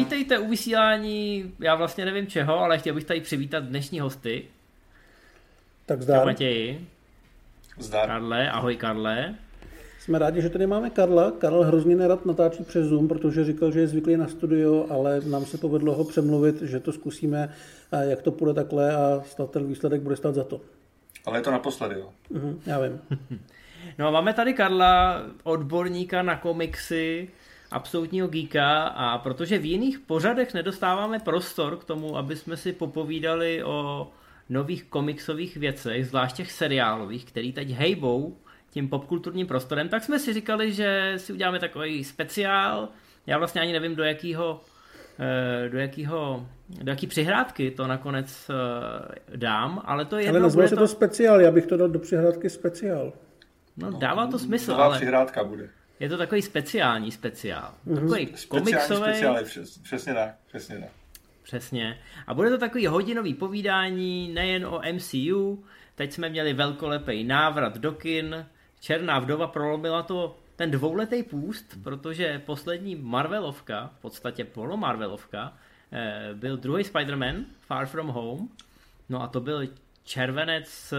vítejte u vysílání, já vlastně nevím čeho, ale chtěl bych tady přivítat dnešní hosty. Tak zdar. Matěji. Zdar. Karle, ahoj Karle. Jsme rádi, že tady máme Karla. Karel hrozně nerad natáčí přes Zoom, protože říkal, že je zvyklý na studio, ale nám se povedlo ho přemluvit, že to zkusíme, jak to půjde takhle a snad ten výsledek bude stát za to. Ale je to naposledy, jo. Já vím. No a máme tady Karla, odborníka na komiksy, absolutního geeka, a protože v jiných pořadech nedostáváme prostor k tomu, aby jsme si popovídali o nových komiksových věcech, zvlášť těch seriálových, který teď hejbou tím popkulturním prostorem, tak jsme si říkali, že si uděláme takový speciál. Já vlastně ani nevím, do jaký přihrádky to nakonec dám, ale to je jedno. Ale nazval se to speciál, já bych to dal do přihrádky speciál. No, dává to smysl, nová ale přihrádka bude. je to takový speciální speciál. Takový komiksový. Speciál, přesně tak. Přesně. A bude to takový hodinový povídání nejen o MCU. Teď jsme měli velkolepý návrat do kin. Černá vdova prolomila ten dvouletý půst, protože poslední Marvelovka, v podstatě polomarvelovka, byl druhý Spider-Man, Far From Home. No a to byl červenec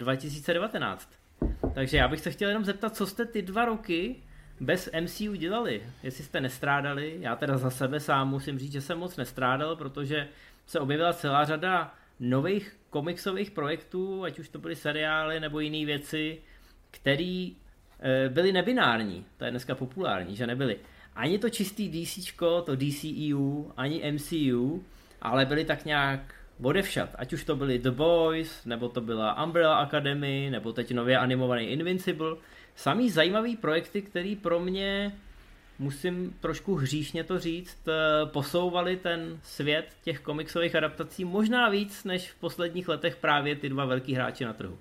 2019. Takže já bych se chtěl jenom zeptat, co jste ty 2 roky bez MCU dělali, jestli jste nestrádali. Já teda za sebe sám musím říct, že jsem moc nestrádal, protože se objevila celá řada nových komiksových projektů, ať už to byly seriály nebo jiné věci, které byly nebinární. To je dneska populární, že nebyly ani to čistý DCčko, to DCEU, ani MCU, ale byly tak nějak odevšad. Ať už to byly The Boys, nebo to byla Umbrella Academy, nebo teď nově animovaný Invincible. Samý zajímavý projekty, který pro mě, musím trošku hříšně to říct, posouvali ten svět těch komiksových adaptací možná víc, než v posledních letech právě ty 2 velký hráči na trhu.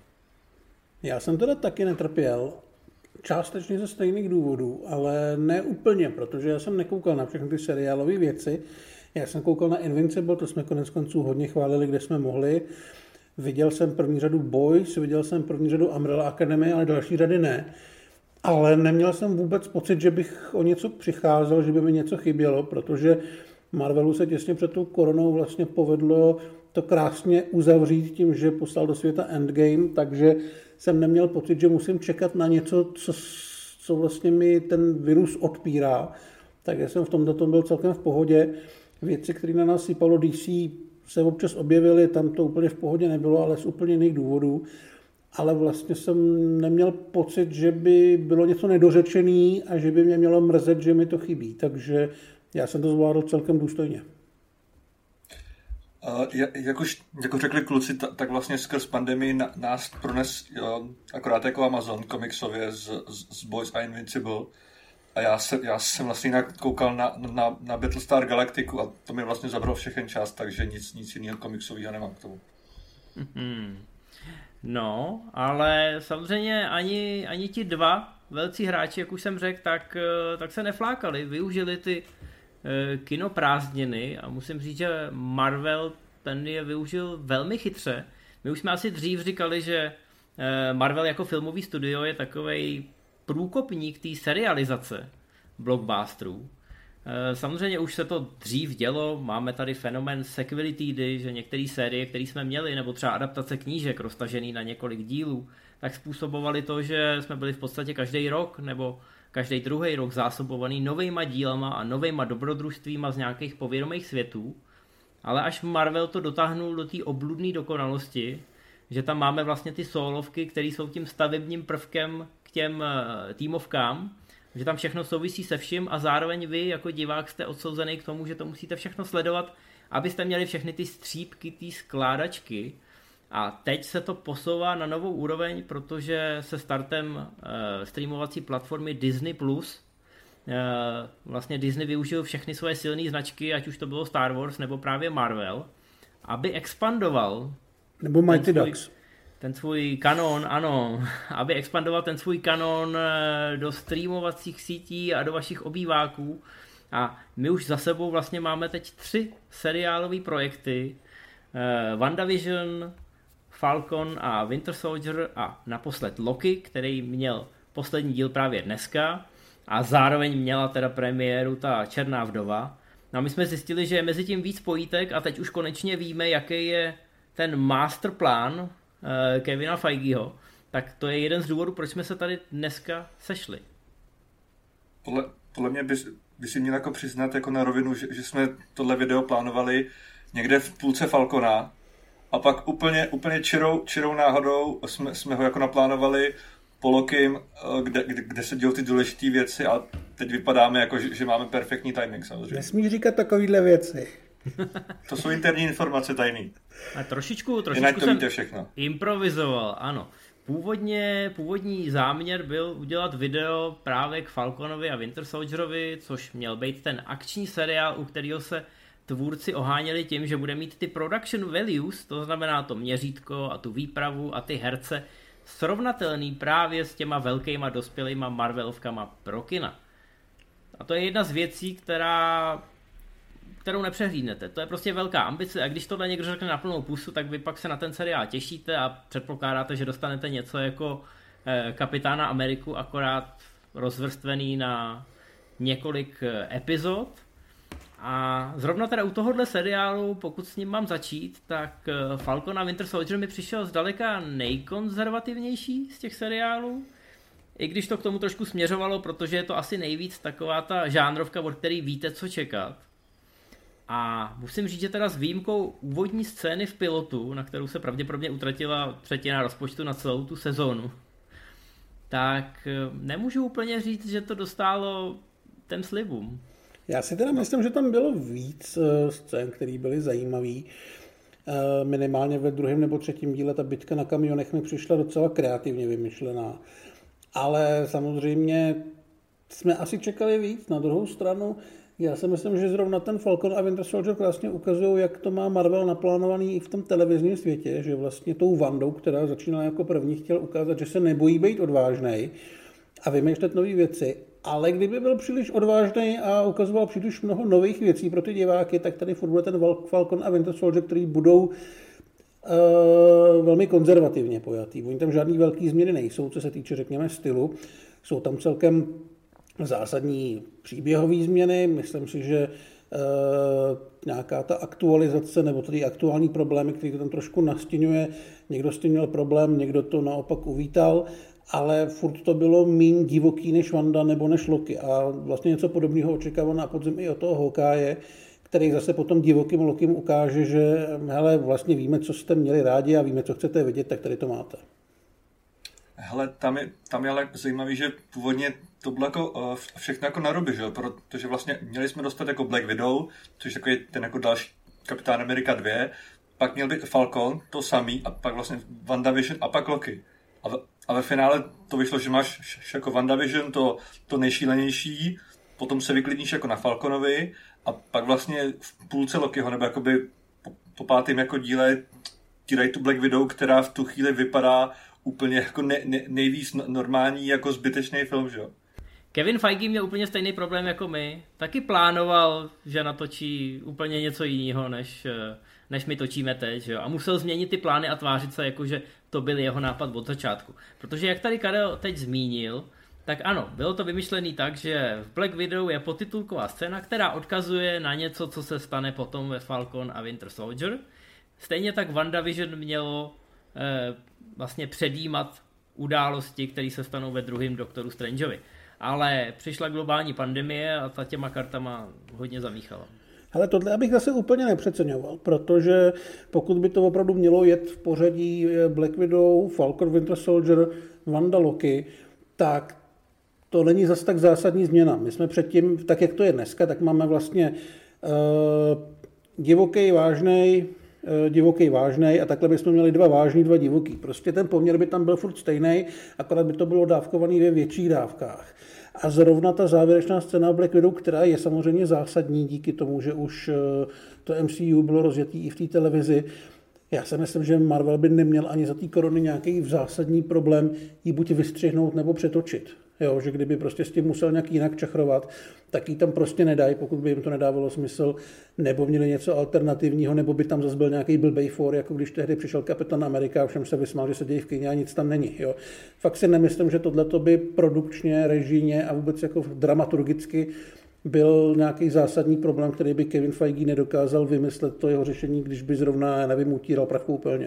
Já jsem teda taky netrpěl, částečně ze stejných důvodů, ale ne úplně, protože já jsem nekoukal na všechny ty seriálové věci. Já jsem koukal na Invincible, to jsme konec konců hodně chválili, kde jsme mohli. Viděl jsem první řadu Boys, viděl jsem první řadu Umbrella Academy, ale další řady ne. Ale neměl jsem vůbec pocit, že bych o něco přicházel, že by mi něco chybělo, protože Marvelu se těsně před tou koronou vlastně povedlo to krásně uzavřít tím, že poslal do světa Endgame, takže jsem neměl pocit, že musím čekat na něco, co vlastně mi ten virus odpírá. Takže jsem v tomto byl celkem v pohodě. Věci, které na nás sypalo DC, se občas objevily, tam to úplně v pohodě nebylo, ale z úplně jiných důvodů. Ale vlastně jsem neměl pocit, že by bylo něco nedořečený a že by mě mělo mrzet, že mi to chybí. Takže já jsem to zvládl celkem důstojně. Jak už řekli kluci, tak vlastně skrz pandemii nás prones akorát jako Amazon komiksově z Boys a Invincible. A já jsem vlastně jinak koukal na Battlestar Galactiku a to mi vlastně zabral všechen čas, takže nic jiného komiksového nemám k tomu. No, ale samozřejmě ani ti 2 velcí hráči, jak už jsem řekl, tak se neflákali, využili ty kinoprázdniny a musím říct, že Marvel ten je využil velmi chytře. My už jsme asi dřív říkali, že Marvel jako filmový studio je takovej průkopník té serializace blockbusterů. Samozřejmě už se to dřív dělo, máme tady fenomén sequelitídy, že některé série, které jsme měli, nebo třeba adaptace knížek roztažený na několik dílů, tak způsobovaly to, že jsme byli v podstatě každý rok nebo každý druhý rok zásobovaný novejma dílama a novejma dobrodružstvíma z nějakých povědomých světů. Ale až Marvel to dotáhnul do té obludné dokonalosti, že tam máme vlastně ty solovky, které jsou tím stavebním prvkem k těm týmovkám, že tam všechno souvisí se vším a zároveň vy jako divák jste odsouzený k tomu, že to musíte všechno sledovat, abyste měli všechny ty střípky, ty skládačky. A teď se to posouvá na novou úroveň, protože se startem streamovací platformy Disney+, vlastně Disney využil všechny svoje silné značky, ať už to bylo Star Wars nebo právě Marvel, aby expandoval nebo Mighty Ducks. Ten svůj kanon, ano, aby expandoval ten svůj kanon do streamovacích sítí a do vašich obýváků. A my už za sebou vlastně máme teď 3 seriálové projekty. WandaVision, Falcon a Winter Soldier a naposled Loki, který měl poslední díl právě dneska a zároveň měla teda premiéru ta Černá vdova. No a my jsme zjistili, že je mezi tím víc pojítek a teď už konečně víme, jaký je ten masterplán Kevina Feigeho. Tak to je jeden z důvodů, proč jsme se tady dneska sešli. Podle mě by si měl jako přiznat jako na rovinu, že jsme tohle video plánovali někde v půlce Falcona a pak úplně čirou náhodou jsme ho jako naplánovali po Lokim, kde se dějou ty důležité věci a teď vypadáme jako, že máme perfektní timing samozřejmě. Nesmíš říkat takovýhle věci. To jsou interní informace tajný. A trošičku jsem všechno. Improvizoval, ano. Původní záměr byl udělat video právě k Falconovi a Winter Soldierovi, což měl být ten akční seriál, u kterého se tvůrci oháněli tím, že bude mít ty production values, to znamená to měřítko a tu výpravu a ty herce, srovnatelný právě s těma velkýma dospělýma Marvelovkama pro kina. A to je jedna z věcí, kterou nepřehlídnete. To je prostě velká ambice a když tohle někdo řekne na plnou pusu, tak vy pak se na ten seriál těšíte a předpokládáte, že dostanete něco jako Kapitána Ameriku, akorát rozvrstvený na několik epizod. A zrovna teda u tohohle seriálu, pokud s ním mám začít, tak Falcon a Winter Soldier mi přišel zdaleka nejkonzervativnější z těch seriálů. I když to k tomu trošku směřovalo, protože je to asi nejvíc taková ta žánrovka, od který víte, co čekat. A musím říct, že teda s výjimkou úvodní scény v pilotu, na kterou se pravděpodobně utratila třetina rozpočtu na celou tu sezónu, tak nemůžu úplně říct, že to dostálo těm slibům. Já si teda myslím, že tam bylo víc scén, které byly zajímavý. Minimálně ve druhém nebo třetím díle ta bitka na kamionech mi přišla docela kreativně vymyšlená. Ale samozřejmě jsme asi čekali víc. Na druhou stranu, já si myslím, že zrovna ten Falcon a Winter Soldier krásně ukazují, jak to má Marvel naplánovaný i v tom televizním světě, že vlastně tou Wandou, která začínala jako první, chtěl ukázat, že se nebojí být odvážnej a vymýšlet nové věci. Ale kdyby byl příliš odvážný a ukazoval příliš mnoho nových věcí pro ty diváky, tak tady furt bude ten Falcon a Winter Soldier, který budou velmi konzervativně pojatý. Oni tam žádný velký změny nejsou, co se týče, řekněme, stylu. Jsou tam celkem zásadní příběhové změny. Myslím si, že nějaká ta aktualizace nebo tady aktuální problémy, které to tam trošku nastěňuje. Někdo s tím měl problém, někdo to naopak uvítal, ale furt to bylo míň divoký než Wanda nebo než Loki. A vlastně něco podobného očekává na podzim i od toho Hawkeye, který zase potom divokým Lokim ukáže, že hele, vlastně víme, co jste měli rádi a víme, co chcete vidět, tak tady to máte. Hele, tam je ale zajímavý, že původně to bylo jako všechno jako na ruby, že? Protože vlastně měli jsme dostat jako Black Widow, což je takový ten jako další Kapitán Amerika 2, pak měl být Falcon, to samý, a pak vlastně WandaVision a pak Loki. A ve finále to vyšlo, že máš jako WandaVision to nejšílenější, potom se vyklidníš jako na Falconovi a pak vlastně v půlce Lokiho, nebo jakoby po pátém jako díle ti dají tu Black Widow, která v tu chvíli vypadá úplně jako nejvíc normální jako zbytečný film, že jo? Kevin Feige měl úplně stejný problém jako my. Taky plánoval, že natočí úplně něco jiného, než my točíme teď, že jo? A musel změnit ty plány a tvářit se jako, že to byl jeho nápad od začátku. Protože jak tady Karel teď zmínil, tak ano, bylo to vymyšlený tak, že v Black Widow je podtitulková scéna, která odkazuje na něco, co se stane potom ve Falcon a Winter Soldier. Stejně tak WandaVision mělo vlastně předjímat události, které se stanou ve druhém Doktoru Strangeovi. Ale přišla globální pandemie a ta těma kartama hodně zamíchala. Ale tohle abych zase úplně nepřeceňoval, protože pokud by to opravdu mělo jet v pořadí Black Widow, Falcon, Winter Soldier, Wanda, Loki, tak to není zase tak zásadní změna. My jsme předtím, tak jak to je dneska, tak máme vlastně divoký, vážnej a takhle bychom měli dva vážný, dva divoký. Prostě ten poměr by tam byl furt stejný, akorát by to bylo dávkovaný ve větších dávkách. A zrovna ta závěrečná scéna Black Widow, která je samozřejmě zásadní díky tomu, že už to MCU bylo rozjetý i v té televizi, já si myslím, že Marvel by neměl ani za té korony nějaký zásadní problém ji buď vystřihnout nebo přetočit. Jo, že kdyby prostě s tím musel nějak jinak čachrovat, tak ji tam prostě nedají, pokud by jim to nedávalo smysl, nebo měli něco alternativního, nebo by tam zase byl nějaký blbej for, jako když tehdy přišel Kapitán Amerika a všem se vysmál, že se dějí v kyně a nic tam není. Jo. Fakt si nemyslím, že tohleto by produkčně, režijně a vůbec jako dramaturgicky byl nějaký zásadní problém, který by Kevin Feige nedokázal vymyslet to jeho řešení, když by zrovna, nevím, utíral prach úplně.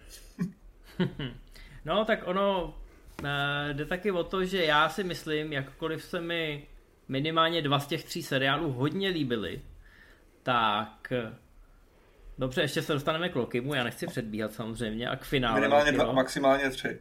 No, tak ono jde taky o to, že já si myslím, jakkoliv se mi minimálně 2 z těch 3 seriálů hodně líbily, tak dobře, ještě se dostaneme k Lokimu, já nechci předbíhat samozřejmě a k finále. Minimálně 2, maximálně 3.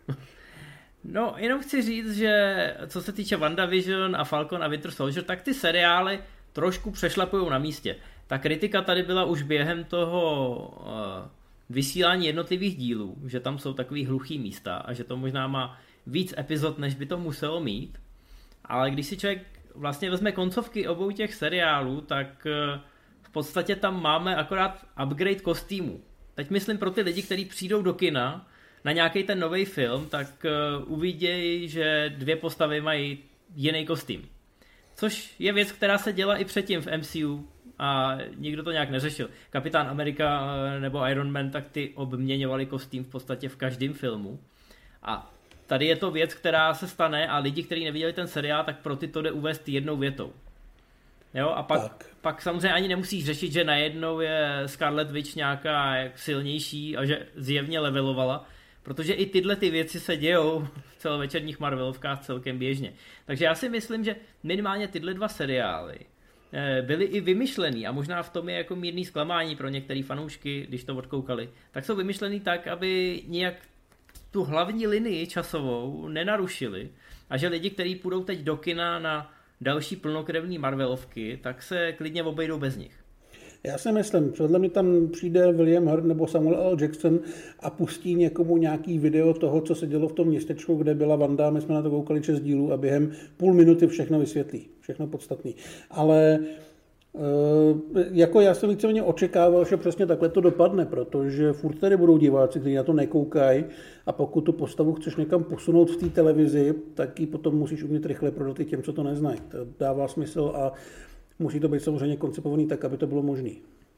No, jenom chci říct, že co se týče WandaVision a Falcon a Winter Soldier, tak ty seriály trošku přešlapujou na místě. Ta kritika tady byla už během toho vysílání jednotlivých dílů, že tam jsou takový hluchý místa a že to možná má víc epizod, než by to muselo mít. Ale když si člověk vlastně vezme koncovky obou těch seriálů, tak v podstatě tam máme akorát upgrade kostýmů. Teď myslím pro ty lidi, kteří přijdou do kina na nějaký ten nový film, tak uvidějí, že 2 postavy mají jiný kostým. Což je věc, která se děla i předtím v MCU a nikdo to nějak neřešil. Kapitán Amerika nebo Iron Man, tak ty obměňovali kostým v podstatě v každém filmu. A tady je to věc, která se stane a lidi, kteří neviděli ten seriál, tak pro ty to jde uvést jednou větou. Jo, a pak samozřejmě ani nemusíš řešit, že najednou je Scarlet Witch nějaká silnější a že zjevně levelovala, protože i tyhle ty věci se dějou v celovečerních Marvelovkách celkem běžně. Takže já si myslím, že minimálně tyhle 2 seriály byly i vymyšlený a možná v tom je jako mírný zklamání pro některé fanoušky, když to odkoukali, tak jsou vymyšlený tak, aby nějak tu hlavní linii časovou nenarušili a že lidi, kteří půjdou teď do kina na další plnokrevní Marvelovky, tak se klidně obejdou bez nich. Já si myslím, podle mě tam přijde William Hurt nebo Samuel L. Jackson a pustí někomu nějaký video toho, co se dělo v tom městečku, kde byla Wanda, my jsme na to koukali 6 dílů a během půl minuty všechno vysvětlí, všechno podstatný. Ale jako já jsem víceméně očekával, že přesně takhle to dopadne, protože furt tady budou diváci, kteří na to nekoukají a pokud tu postavu chceš někam posunout v té televizi, tak ji potom musíš umět rychle prodat i těm, co to neznají. To dává smysl a musí to být samozřejmě koncipovaný tak, aby to bylo možné.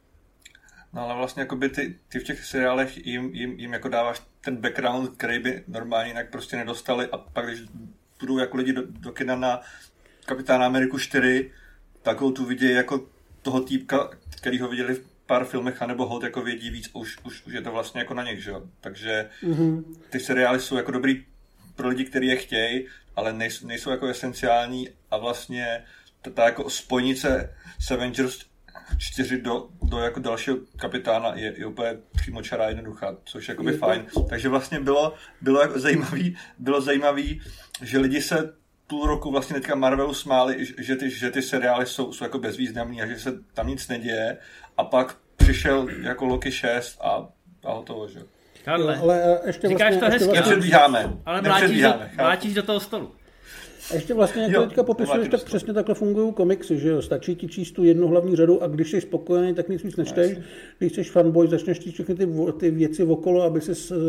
No ale vlastně jakoby ty v těch seriálech jim jako dáváš ten background, který by normálně jinak prostě nedostali a pak když budou jako lidi do kina na Kapitána Ameriku 4, tak ho tu vidějí jako toho týpka, který ho viděli v pár filmech, anebo hold jako vědí víc, už je to vlastně jako na nich, že jo. Takže ty seriály jsou jako dobrý pro lidi, kteří je chtějí, ale nejsou jako esenciální a vlastně ta jako spojnice s Avengers 4 do jako dalšího kapitána je úplně přímočará jednoduchá, což je jakoby fajn. Takže vlastně bylo jako zajímavý, že lidi se půl roku vlastně teďka Marvelu smáli, že ty seriály jsou jako bezvýznamný a že se tam nic neděje a pak přišel jako Loki 6 a hotovo, že? Karle, ale ještě říkáš vlastně, to hezky, nepředbíháme. Ale mlátíš do toho stolu. Ještě vlastně, jak to teďka popisuješ, tak přesně takhle fungují komiksy, že jo? Stačí ti číst tu jednu hlavní řadu a když jsi spokojený, tak nic víc nečteš. Když jsi fanboy, začneš číst všechny ty věci okolo, aby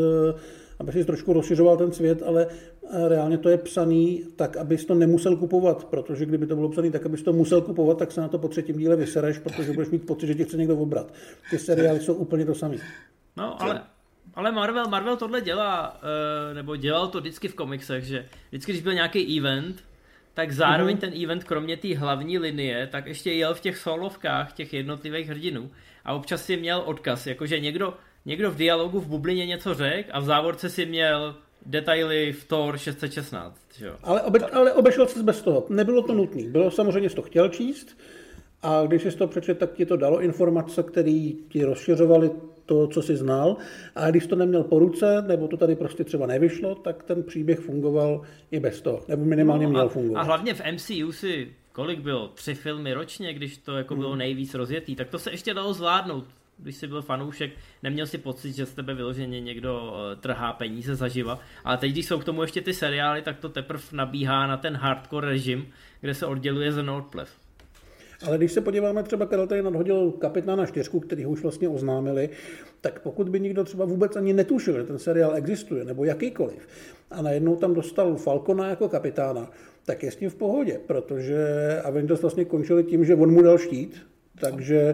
si trošku rozšiřoval ten svět, ale reálně to je psaný tak, abys to nemusel kupovat, protože kdyby to bylo psaný tak, abys to musel kupovat, tak se na to po 3. díle vysereš, protože budeš mít pocit, že tě chce někdo obrat. Ty seriály jsou úplně to samý. No, ale Marvel tohle dělá, nebo dělal to vždycky v komiksech, že vždycky, když byl nějaký event, tak zároveň ten event, kromě té hlavní linie, tak ještě jel v těch solovkách těch jednotlivých hrdinů a občas si měl odkaz, jakože někdo v dialogu v bublině něco řekl a v závorce si měl detaily v Thor 616. Jo? Ale obešel ses bez toho. Nebylo to nutné. Bylo samozřejmě, že to chtěl číst a když jsi to přečetl, tak ti to dalo informace, které ti rozšiřovaly to, co jsi znal. A když to neměl po ruce, nebo to tady prostě třeba nevyšlo, tak ten příběh fungoval i bez toho. Nebo minimálně měl fungovat. A hlavně v MCU si kolik bylo? 3 filmy ročně, když to jako bylo nejvíc rozjetý. Tak to se ještě dalo zvládnout. Když jsi byl fanoušek, neměl si pocit, že z tebe vyloženě někdo trhá peníze zaživa. Ale teď, když jsou k tomu ještě ty seriály, tak to teprve nabíhá na ten hardcore režim, kde se odděluje zrno od plev. Ale když se podíváme třeba, Karel tady nadhodil Kapitána 4, který ho už vlastně oznámili, tak pokud by nikdo třeba vůbec ani netušil, že ten seriál existuje, nebo jakýkoliv, a najednou tam dostal Falcona jako kapitána, tak je s tím v pohodě, protože Avengers vlastně končili tím, že on mu dal štít, takže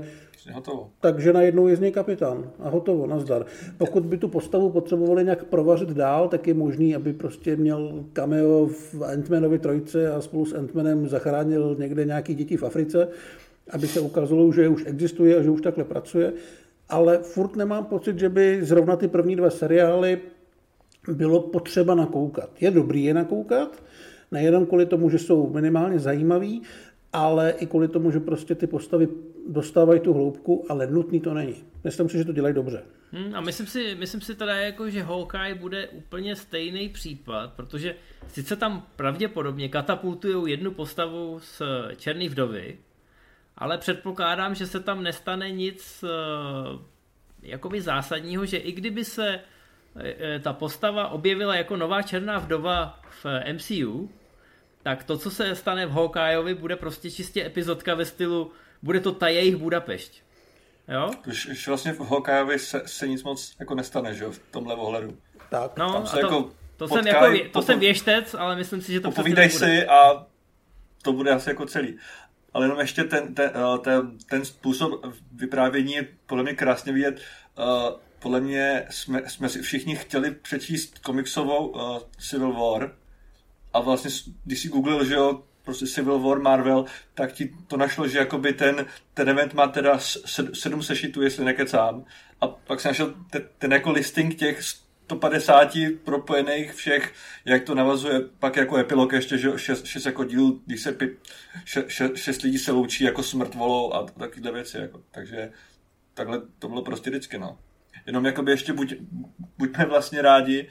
Vlastně hotovo. Takže najednou je z něj kapitán a hotovo, nazdar. Pokud by tu postavu potřebovali nějak provařit dál, tak je možný, aby prostě měl cameo v Ant-Manovi trojce a spolu s Ant-Manem zachránil někde nějaký děti v Africe, aby se ukázalo, že už existuje a že už takhle pracuje. Ale furt nemám pocit, že by zrovna ty první 2 seriály bylo potřeba nakoukat. Je dobrý je nakoukat, nejenom kvůli tomu, že jsou minimálně zajímavý, ale i kvůli tomu, že prostě ty postavy dostávají tu hloubku, ale nutný to není. Myslím si, že to dělají dobře. A myslím si teda, jako, že Hawkeye bude úplně stejný případ, protože sice tam pravděpodobně katapultujou jednu postavu z Černé vdovy, ale předpokládám, že se tam nestane nic jakoby zásadního, že i kdyby se ta postava objevila jako nová Černá vdova v MCU, tak to, co se stane v Hawkeyeovi, bude prostě čistě epizodka ve stylu bude to ta jejich Budapešť. Jo? Už vlastně v Hawkeyeovi se nic moc jako nestane, že jo, v tomhle ohledu. Tak. No, tam se a jako jsem věštec, ale myslím si, že to povídej si a to bude asi jako celý. Ale jenom ještě ten způsob vyprávění je podle mě krásně vidět. Podle mě jsme si všichni chtěli přečíst komiksovou Civil War a vlastně, když si googlil, že jo, prostě Civil War Marvel, tak ti to našlo, že jakoby ten event má teda 7 sešitů, jestli nekecám. A pak jsem našel ten jako listing těch 150 propojených všech, jak to navazuje pak jako epilog ještě, že 6 jako díl, když se 6 lidí se loučí jako s mrtvolou a takovéhle věci. Jako. Takže takhle to bylo prostě vždycky, no. Jenom jakoby ještě buďme vlastně rádi,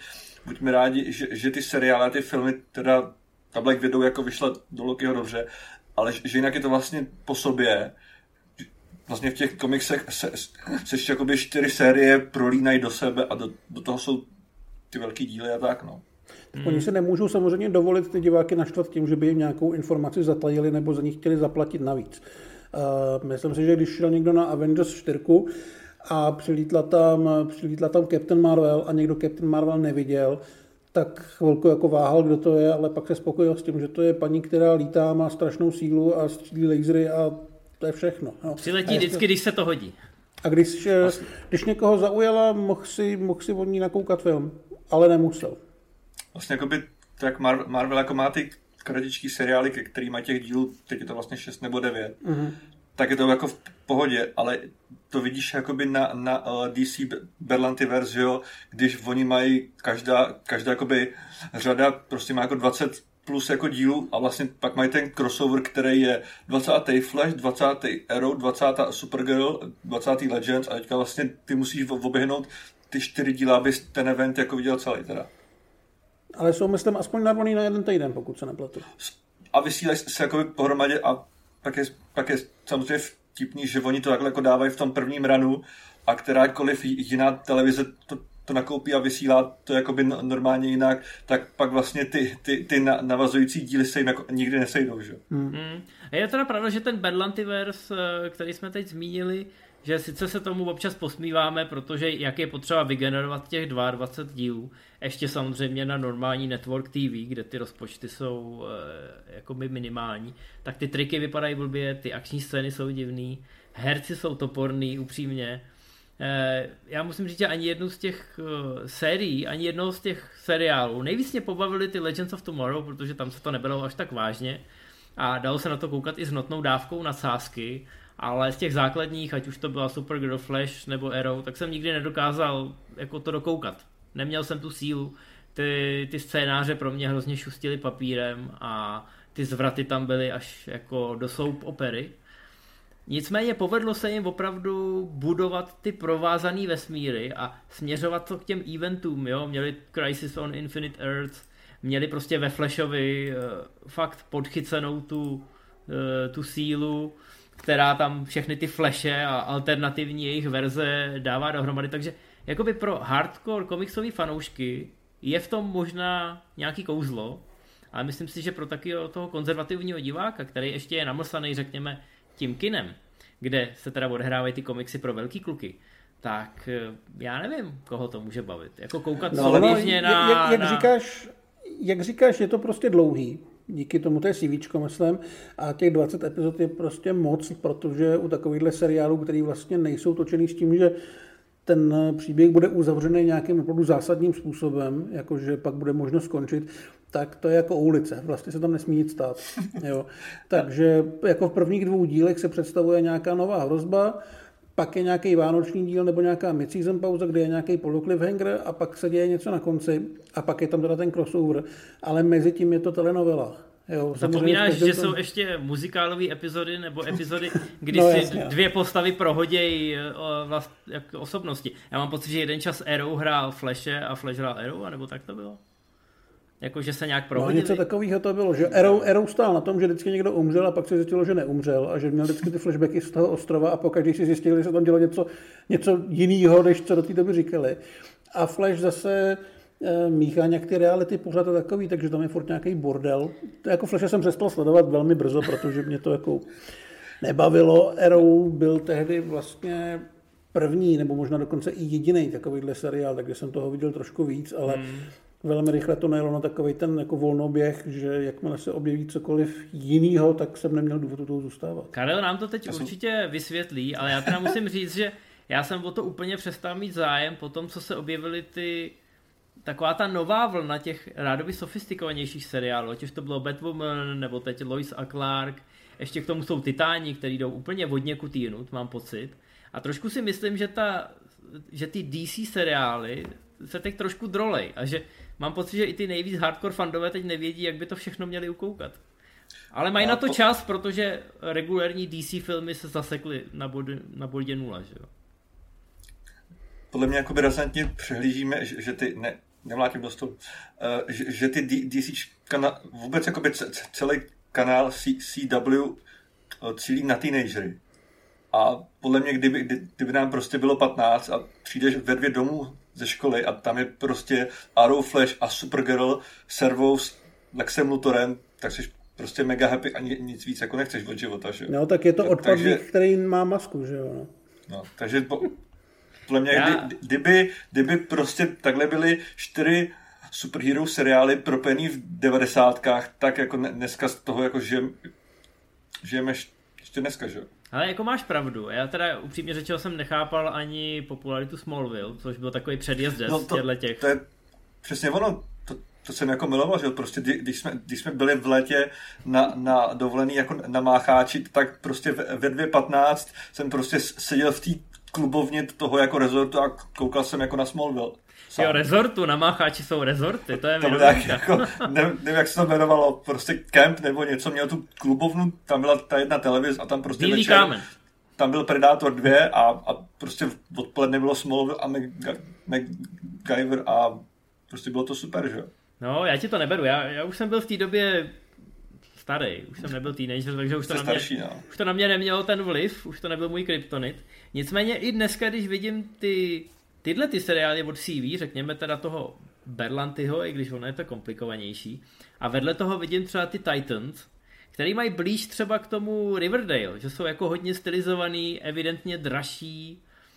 že ty seriály a ty filmy, teda ta Black Widow jako vyšla do Lokiho dobře, ale že jinak je to vlastně po sobě. Vlastně v těch komiksech se ještě jakoby 4 série prolínají do sebe a do toho jsou ty velký díly a tak, no. Oni si nemůžou samozřejmě dovolit ty diváky naštvat tím, že by jim nějakou informaci zatajili nebo za ní chtěli zaplatit navíc. Myslím si, že když šel někdo na Avengers 4 a přilítla tam Captain Marvel a někdo Captain Marvel neviděl, tak chvilku jako váhal, kdo to je, ale pak se spokojil s tím, že to je paní, která lítá, má strašnou sílu a střílí lasery a to je všechno. No. Přiletí vždycky, když se to hodí. A když někoho zaujala, mohl si od ní nakoukat film, ale nemusel. Vlastně jakoby, tak Marvel jako má ty kratičký seriály, který má těch dílů, teď je to vlastně 6 nebo 9, tak je to jako v pohodě, ale to vidíš jakoby na DC Berlantiverse, jo, když oni mají každá jakoby řada prostě má jako 20 plus jako dílu a vlastně pak mají ten crossover, který je 20. Flash, 20. Arrow, 20. Supergirl, 20. Legends a teďka vlastně ty musíš oběhnout ty 4 díly, abys ten event jako viděl celý teda. Ale jsou, myslím, aspoň narvaný na 1 týden, pokud se nepletu. A vysílají se jakoby pohromadě a pak je samozřejmě vtipný, že oni to takhle jako dávají v tom prvním ranu a kterákoliv jiná televize to nakoupí a vysílá to jakoby normálně jinak, tak pak vlastně ty navazující díly se jim jako nikdy nesejdou, že? Je teda pravda, že ten Berlantiverse, který jsme teď zmínili, že sice se tomu občas posmíváme, protože jak je potřeba vygenerovat těch 22 dílů, ještě samozřejmě na normální Network TV, kde ty rozpočty jsou jakoby minimální, tak ty triky vypadají blbě, ty akční scény jsou divný, herci jsou toporný, upřímně. Já musím říct, že ani jednu z těch sérií, ani jednoho z těch seriálů nejvíc mě pobavili ty Legends of Tomorrow, protože tam se to nebralo až tak vážně a dalo se na to koukat i s notnou dávkou nadsázky, ale z těch základních, ať už to byla Supergirl, Flash nebo Arrow, tak jsem nikdy nedokázal jako to dokoukat. Neměl jsem tu sílu, ty scénáře pro mě hrozně šustily papírem a ty zvraty tam byly až jako do soap opery. Nicméně povedlo se jim opravdu budovat ty provázané vesmíry a směřovat to k těm eventům, jo? Měli Crisis on Infinite Earths, měli prostě ve Flashovi fakt podchycenou tu sílu, která tam všechny ty flashe a alternativní jejich verze dává dohromady, takže jakoby pro hardcore komiksový fanoušky je v tom možná nějaký kouzlo, ale myslím si, že pro takového toho konzervativního diváka, který ještě je namlsaný, řekněme, tím kinem, kde se teda odehrávají ty komiksy pro velký kluky, tak já nevím, koho to může bavit. Jako koukat no, souběžně jak říkáš, je to prostě dlouhý. díky tomu to je CVčko, myslím, a těch 20 epizod je prostě moc, protože u takovýchhle seriálů, který vlastně nejsou točený s tím, že ten příběh bude uzavřený nějakým opravdu zásadním způsobem, jakože pak bude možno skončit, tak to je jako ulice. Vlastně se tam nesmí nic stát. Jo. Takže jako v prvních 2 dílech se představuje nějaká nová hrozba, pak je nějaký vánoční díl nebo nějaká mid-season pauza, kde je nějaký polocliffhanger a pak se děje něco na konci a pak je tam teda ten crossover, ale mezi tím je to telenovela. Jo, zapomínáš, že jsou ještě muzikálové epizody nebo epizody, kdy no, si jasně. 2 postavy prohodějí jako osobnosti. Já mám pocit, že jeden čas Arrow hrál Flashe a Flash hrál Arrow, nebo tak to bylo? Jako, že se nějak prohodili? No, něco takového to bylo, že Arrow stál na tom, že vždycky někdo umřel a pak se zjistilo, že neumřel a že měl vždycky ty flashbacky z toho ostrova a pokaždý si zjistili, že se tam dělo něco jiného, než co do té doby říkali. A Flash zase míchá nějak ty reality pořád a takový, takže tam je furt nějaký bordel. To jako Flashe jsem přestal sledovat velmi brzo, protože mě to jako nebavilo. Arrow byl tehdy vlastně první, nebo možná dokonce i jediný takovýhle seriál, takže jsem toho viděl trošku víc, ale velmi rychle to najelo na takový ten jako volnoběh, že jakmile se objeví cokoliv jinýho, tak jsem neměl důvod u toho zůstávat. Karel nám to teď určitě vysvětlí, ale já teda musím říct, že já jsem o to úplně přestal mít zájem po tom, co se objevily taková ta nová vlna těch rádoby sofistikovanějších seriálů, ať už to bylo Batwoman, nebo teď Lois a Clark, ještě k tomu jsou Titáni, který jdou úplně odněkud jinut, mám pocit. A trošku si myslím, že ty DC seriály se teď trošku drolej a že mám pocit, že i ty nejvíc hardcore fandové teď nevědí, jak by to všechno měli ukoukat. Ale mají na to čas, protože regulární DC filmy se zasekly na bodě 0, že jo? Podle mě jakoby razantně přehlížíme, že ty, nemlátím do stolu, že ty DC vůbec jakoby celý kanál CW cílí na teenagery. A podle mě, kdyby nám prostě bylo 15 a přijdeš ve 2 domů ze školy a tam je prostě Arrow, Flash a Supergirl servou s Lexem Luthorem, tak jsi prostě mega happy a nic víc jako nechceš od života, že jo? No, tak je to odpadlík, který má masku, že jo? No, takže podle mě, kdyby prostě takhle byly 4 superhero seriály propojený v 90kách, tak jako dneska z toho jako žijeme ještě dneska, že jo? Ale jako máš pravdu, já teda upřímně řečeno jsem nechápal ani popularitu Smallville, což byl takový předjezdec těch. To je přesně ono, to jsem jako miloval, že prostě když jsme byli v létě na dovolený jako na Mácháči, tak prostě ve 2:15 jsem prostě seděl v té klubovně toho jako rezortu a koukal jsem jako na Smallville. Jo, rezortu, na Mácháči jsou rezorty, to je mi jako, nevím, jak se to jmenovalo, prostě kemp nebo něco, měl tu klubovnu, tam byla ta jedna televize a tam prostě Bílý kámen. Tam byl Predator 2 a prostě odpoledne bylo Smallville a MacGyver a prostě bylo to super, že jo? No, já ti to neberu, já už jsem byl v té době starý, už jsem nebyl teenager, takže už to na mě nemělo ten vliv, už to nebyl můj kryptonit. Nicméně i dneska, když vidím tyhle seriály od CV, řekněme teda toho Berlantyho, i když ono je to komplikovanější, a vedle toho vidím třeba ty Titans, který mají blíž třeba k tomu Riverdale, že jsou jako hodně stylizovaný, evidentně dražší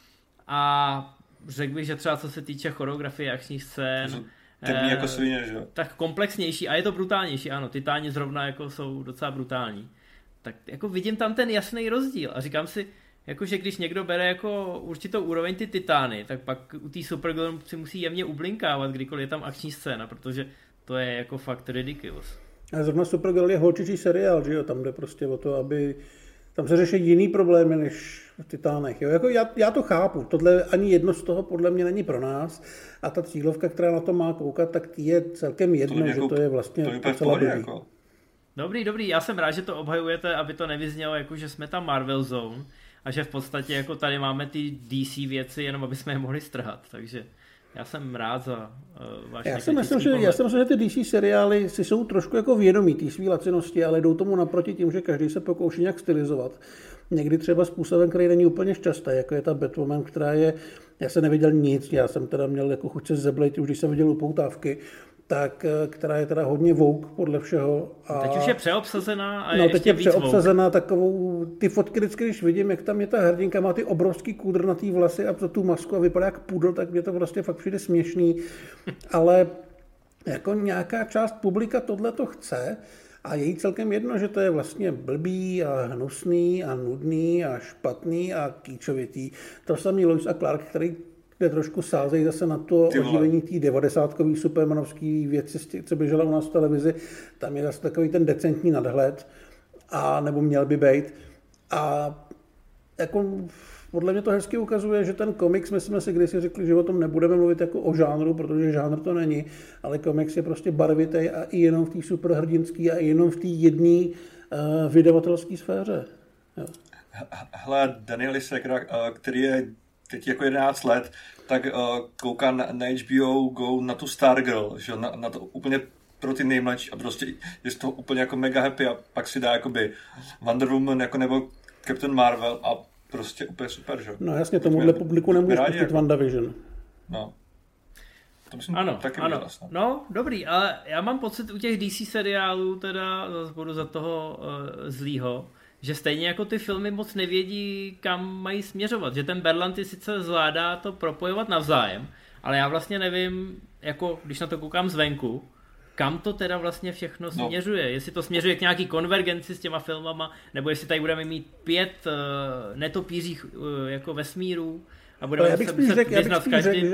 a řekl bych, že třeba co se týče choreografie, akčních scén, jako svině, že? Tak komplexnější a je to brutálnější, ano, Titáni zrovna jako jsou docela brutální. Tak jako vidím tam ten jasný rozdíl a říkám si, jakože když někdo bere jako určitou úroveň ty Titány, tak pak u té Supergirl si musí jemně ublinkávat, kdykoliv je tam akční scéna, protože to je jako fakt ridiculous. A zrovna Supergirl je holčičí seriál, že jo, tam jde prostě o to, aby tam se řeší jiný problémy než v Titánech. Jo? Jako já to chápu, tohle ani jedno z toho podle mě není pro nás a ta cílovka, která na to má koukat, tak je celkem jedno, že to je vlastně docela blbý. Jako. Dobrý, já jsem rád, že to obhajujete, aby to nevyznělo jako, že jsme tam Marvel Zone a že v podstatě jako tady máme ty DC věci, jenom aby jsme je mohli strhat, takže já jsem rád za váš Já si myslím, že ty DC seriály si jsou trošku jako vědomí té svý lacinosti, ale jdou tomu naproti tím, že každý se pokouší nějak stylizovat. Někdy třeba způsobem, který není úplně šťastný, jako je ta Batwoman, která je, já jsem neviděl nic, já jsem teda měl jako chuť se zeblit, už když jsem viděl upoutávky, tak, která je teda hodně woke podle všeho. A teď už je přeobsazená a no, teď je přeobsazená takovou, ty fotky vždycky, když vidím, jak tam je ta hrdinka, má ty obrovský kůdrnatý vlasy a tu masku a vypadá jak pudl, tak mě to prostě fakt přijde směšný, ale jako nějaká část publika tohle to chce a je jí celkem jedno, že to je vlastně blbý a hnusný a nudný a špatný a kýčovitý. To samý Lois a Clark, který kde trošku sázejí zase na to oživení té 90kový supermanovský věci, co běžela u nás v televizi. Tam je zase takový ten decentní nadhled, a nebo měl by být. A jako podle mě to hezky ukazuje, že ten komiks, my jsme si kdysi řekli, že o tom nebudeme mluvit jako o žánru, protože žánr to není, ale komiks je prostě barvitý a i jenom v té superhrdinské a i jenom v té jedné vydavatelské sféře. Jo. Hele, Daniel Sekra, který je teď jako 11 let, tak kouká na HBO Go na tu Stargirl, že na to úplně pro ty nejmladší a prostě je z toho úplně jako mega happy a pak si dá jakoby Wonder Woman jako nebo Captain Marvel a prostě úplně super, že? No jasně, tomuhle publiku nemůžeš pustit jako WandaVision. No. To myslím, ano, taky ano. Vlastně. No, dobrý, ale já mám pocit u těch DC seriálů, teda zase budu za toho zlýho, že stejně jako ty filmy moc nevědí, kam mají směřovat. Že ten Berlanti sice zvládá to propojovat navzájem, ale já vlastně nevím, jako když na to koukám zvenku, kam to teda vlastně všechno směřuje. Jestli to směřuje k nějaký konvergenci s těma filmama, nebo jestli tady budeme mít 5 netopířích jako vesmírů a budeme se vyznat s každým.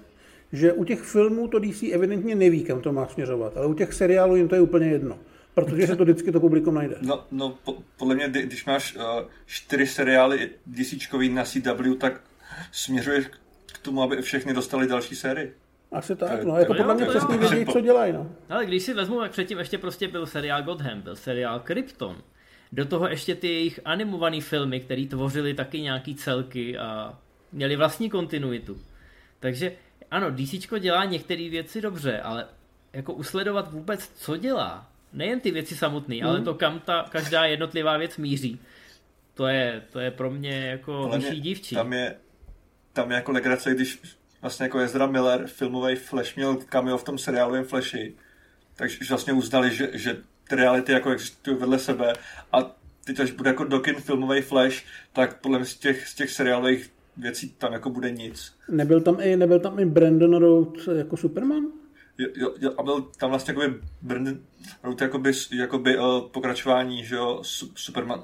Že u těch filmů to DC evidentně neví, kam to má směřovat, ale u těch seriálů jim to je úplně jedno. Protože se to vždycky to publikum najde. No podle mě, když máš 4 seriály DCčkový na CW, tak směřuješ k tomu, aby všechny dostali další sérii. Asi tak, no, jako podle mě přesně vědí, co dělají, no. Ale když si vezmu, jak předtím ještě prostě byl seriál Gotham, byl seriál Krypton, do toho ještě ty jejich animované filmy, které tvořily taky nějaký celky a měli vlastní kontinuitu. Takže ano, DCčko dělá některé věci dobře, ale jako usledovat vůbec, co dělá, nejen ty věci samotné, ale to, kam ta každá jednotlivá věc míří, to je pro mě jako vyšší dívčí. Tam je jako legrace, když vlastně jako Ezra Miller, filmový Flash, měl cameo v tom seriálovém Flashi, takže vlastně uznali, že ty reality jako existují vedle sebe a teď až bude jako dokin filmový Flash, tak podle mě z těch seriálových věcí tam jako bude nic. Nebyl tam i Brandon Routh jako Superman? Jo, a byl tam vlastně jakoby Brandon Routh jakoby pokračování, že jo, Superman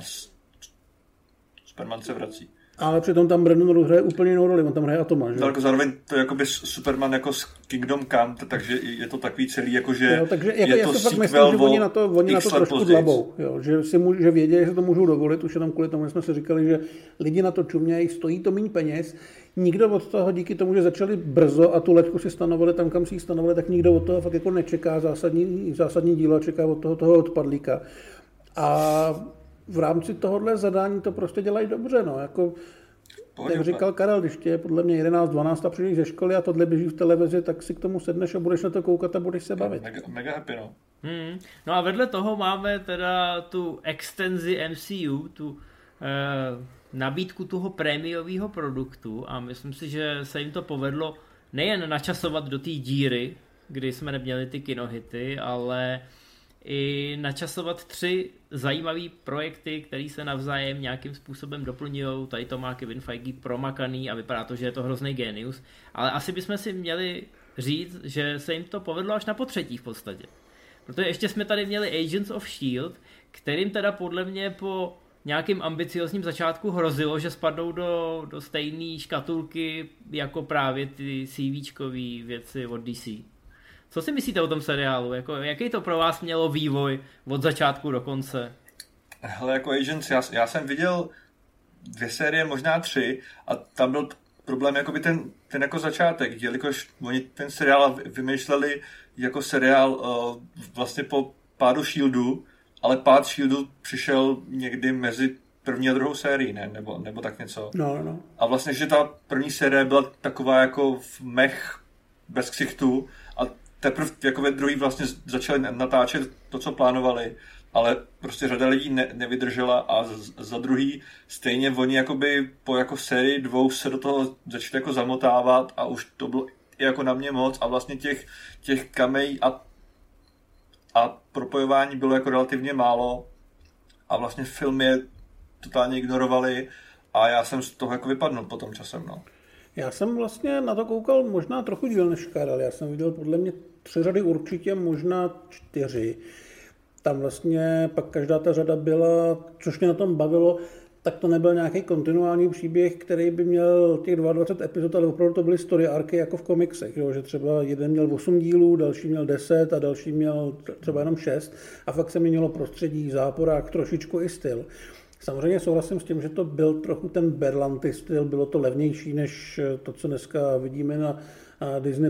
se vrací. Ale přitom tam Brandon Routh hraje úplně jinou roli, on tam hraje Atoma, že? Jako zároveň to je jakoby Superman jako z Kingdom Come, takže je to takový celý, jakože jo, takže jako je to sequel myslím, že oni na to trošku dlabou, jo, že vědí, že to můžou dovolit, už jenom kvůli tomu, že jsme si říkali, že lidi na to čumějí, stojí to méně peněz, nikdo od toho díky tomu, že začali brzo a tu leďku si stanovili tam, kam si ji stanovili, tak nikdo od toho fakt jako nečeká zásadní dílo, čeká od toho odpadlíka. A v rámci tohohle zadání to prostě dělají dobře, no, jako jak říkal Karel, když tě je podle mě 11-12 a přijdeš ze školy a tohle běží v televizi, tak si k tomu sedneš a budeš na to koukat a budeš se bavit. Mega happy, no. No a vedle toho máme teda tu extenzi MCU, tu nabídku toho prémiového produktu a myslím si, že se jim to povedlo nejen načasovat do té díry, kdy jsme neměli ty kinohity, ale i načasovat 3 zajímavé projekty, které se navzájem nějakým způsobem doplňují. Tady to má Kevin Feige promakaný a vypadá to, že je to hrozný génius. Ale asi bychom si měli říct, že se jim to povedlo až na potřetí v podstatě. Protože ještě jsme tady měli Agents of S.H.I.E.L.D., kterým teda podle mě po nějakým ambiciozním začátku hrozilo, že spadnou do stejné škatulky jako právě ty CVčkový věci od DC. Co si myslíte o tom seriálu? Jaký to pro vás mělo vývoj od začátku do konce? Hele, jako Agents, já jsem viděl 2 série, možná 3 a tam byl problém jakoby ten jako začátek, jelikož oni ten seriál vymýšleli jako seriál vlastně po pádu S.H.I.E.L.D.u, ale pád S.H.I.E.L.D.u přišel někdy mezi první a druhou sérii, ne? Nebo tak něco. No. A vlastně, že ta první série byla taková jako v mech bez ksichtů a teprve jako ve druhý vlastně začali natáčet to, co plánovali, ale prostě řada lidí nevydržela a za druhý stejně oni jakoby po jako sérii 2 se do toho začali jako zamotávat a už to bylo jako na mě moc a vlastně těch kamej a propojování bylo jako relativně málo a vlastně film je totálně ignorovali a já jsem z toho jako vypadnul potom časem, no. Já jsem vlastně na to koukal možná trochu díl než Karel. Já jsem viděl podle mě 3 řady určitě, možná 4. tam vlastně pak každá ta řada byla, což mě na tom bavilo, tak to nebyl nějaký kontinuální příběh, který by měl těch 22 epizod, ale opravdu to byly story arky jako v komiksech, jo? Že třeba jeden měl 8 dílů, další měl 10 a další měl třeba jenom 6 a fakt se měnilo prostředí, záporák, trošičku i styl. Samozřejmě souhlasím s tím, že to byl trochu ten Berlanti styl, bylo to levnější než to, co dneska vidíme na Disney+.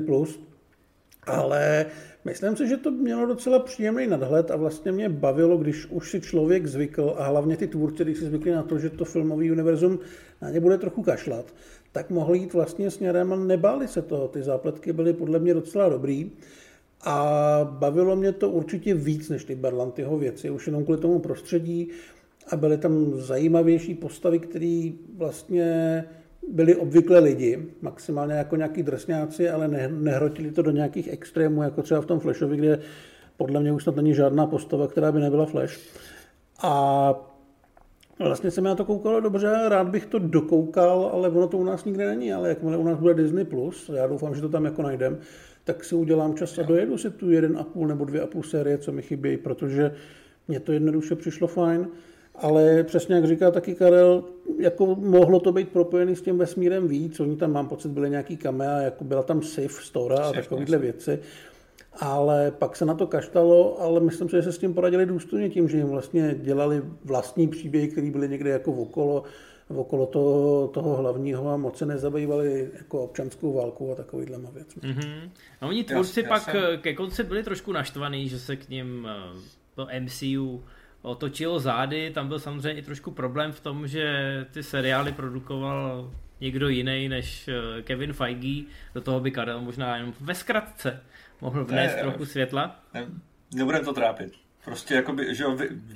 Ale myslím si, že to mělo docela příjemný nadhled a vlastně mě bavilo, když už si člověk zvykl a hlavně ty tvůrci, když si zvykli na to, že to filmový univerzum na ně bude trochu kašlat, tak mohli jít vlastně směrem a nebáli se toho. Ty zápletky byly podle mě docela dobrý a bavilo mě to určitě víc než ty Berlantiho věci, už jenom kvůli tomu prostředí a byly tam zajímavější postavy, které vlastně byli obvykle lidi, maximálně jako nějaký drsňáci, ale nehrotili to do nějakých extrémů, jako třeba v tom Flashovi, kde podle mě už snad není žádná postava, která by nebyla Flash. A vlastně se mi na to koukalo dobře, rád bych to dokoukal, ale ono to u nás nikde není, ale jakmile u nás bude Disney+, já doufám, že to tam jako najdem, tak si udělám čas a dojedu si tu 1,5 nebo 2,5 série, co mi chybějí, protože mně to jednoduše přišlo fajn. Ale přesně jak říká taky Karel, jako mohlo to být propojený s tím vesmírem víc, oni tam mám pocit byly nějaký kamea, jako byla tam Sif, Stora a takovýhle věci, ale pak se na to kaštalo, ale myslím si, že se s tím poradili důstojně tím, že jim vlastně dělali vlastní příběhy, které byly někde jako okolo toho hlavního a moc se nezabývali jako občanskou válkou a takovýhle věcmi. Mm-hmm. A oni tvůrci pak ke konci byli trošku naštvaný, že se k nim to MCU otočilo zády, tam byl samozřejmě i trošku problém v tom, že ty seriály produkoval někdo jiný než Kevin Feige, do toho by Karel možná jenom ve zkratce mohl vnést trochu světla. Nebudem to trápit. Prostě jakoby, že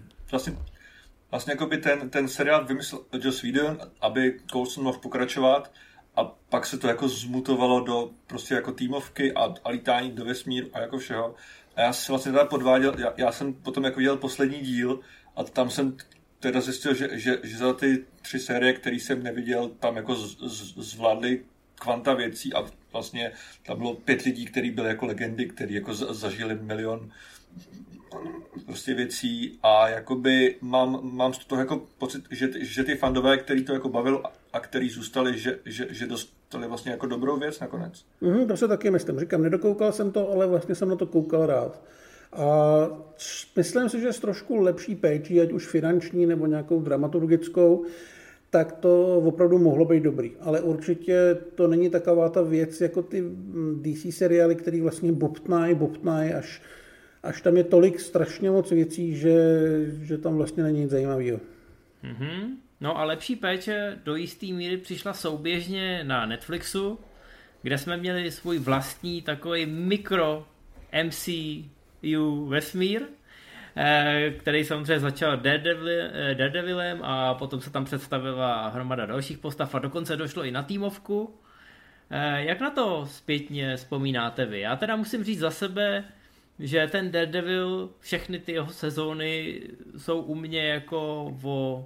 vlastně jakoby ten seriál vymyslel Joss Whedon, aby Coulson mohl pokračovat a pak se to jako zmutovalo do prostě jako týmovky a lítání do vesmíru a jako všeho. A já jsem vlastně teda podváděl, já jsem potom jako viděl poslední díl a tam jsem teda zjistil, že za ty 3 série, které jsem neviděl, tam jako zvládli kvanta věcí a vlastně tam bylo 5 lidí, kteří byli jako legendy, kteří jako zažili milion prostě věcí a jakoby mám z toho jako pocit, že ty fandové, který to jako bavil a který zůstali, že dostali vlastně jako dobrou věc nakonec. To se taky myslím. Říkám, nedokoukal jsem to, ale vlastně jsem na to koukal rád. A myslím si, že s trošku lepší péčí, ať už finanční nebo nějakou dramaturgickou, tak to opravdu mohlo být dobrý. Ale určitě to není taková ta věc, jako ty DC seriály, který vlastně bobtnají, až tam je tolik strašně moc věcí, že tam vlastně není nic zajímavého. Mm-hmm. No a lepší péče do jisté míry přišla souběžně na Netflixu, kde jsme měli svůj vlastní takový mikro MCU vesmír, který samozřejmě začal Daredevilem a potom se tam představila hromada dalších postav a dokonce došlo i na týmovku. Jak na to zpětně vzpomínáte vy? Já teda musím říct za sebe, že ten Daredevil, všechny ty jeho sezóny jsou u mě jako o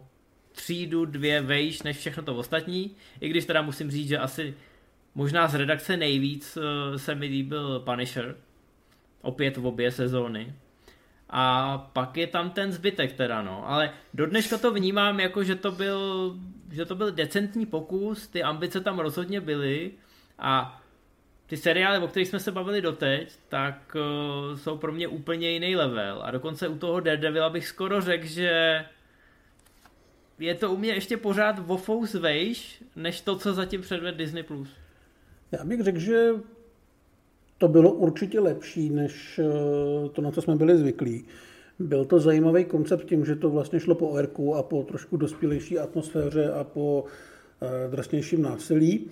2 vejš než všechno to ostatní, i když teda musím říct, že asi možná z redakce nejvíc se mi líbil Punisher, opět v obě sezóny. A pak je tam ten zbytek teda, no. Ale do dneška to vnímám jako, že to byl decentní pokus, ty ambice tam rozhodně byly a ty seriály, o kterých jsme se bavili doteď, tak jsou pro mě úplně jiný level. A dokonce u toho Daredevila bych skoro řekl, že je to u mě ještě pořád o fous vejš, než to, co zatím předvedl Disney+. Já bych řekl, že to bylo určitě lepší, než to, na co jsme byli zvyklí. Byl to zajímavý koncept tím, že to vlastně šlo po orku a po trošku dospělejší atmosféře a po drsnějším násilí.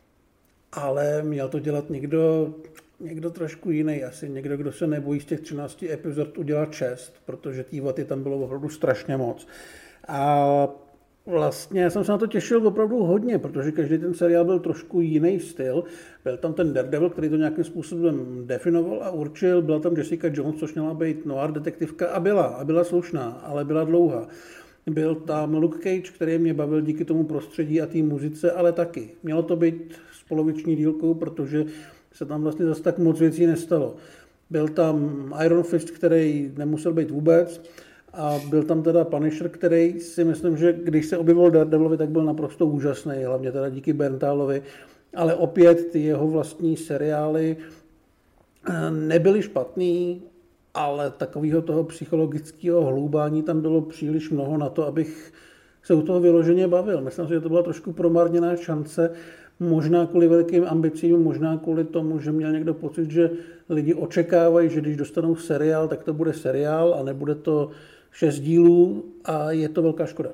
Ale měl to dělat někdo trošku jiný, asi někdo, kdo se nebojí z těch 13 epizod udělat čest, protože té vaty tam bylo opravdu strašně moc. A vlastně jsem se na to těšil opravdu hodně, protože každý ten seriál byl trošku jiný styl. Byl tam ten Daredevil, který to nějakým způsobem definoval a určil, byla tam Jessica Jones, což měla být noir detektivka a byla slušná, ale byla dlouhá. Byl tam Luke Cage, který mě bavil díky tomu prostředí a té muzice, ale taky. Mělo to být s poloviční dílkou, protože se tam vlastně zase tak moc věcí nestalo. Byl tam Iron Fist, který nemusel být vůbec, a byl tam teda Punisher, který si myslím, že když se objevil Daredevilovi, tak byl naprosto úžasný, hlavně teda díky Bernthalovi, ale opět ty jeho vlastní seriály nebyly špatný, ale takového toho psychologického hloubání tam bylo příliš mnoho na to, abych se u toho vyloženě bavil. Myslím si, že to byla trošku promarněná šance, možná kvůli velkým ambicím, možná kvůli tomu, že měl někdo pocit, že lidi očekávají, že když dostanou seriál, tak to bude seriál a nebude to 6 dílů a je to velká škoda.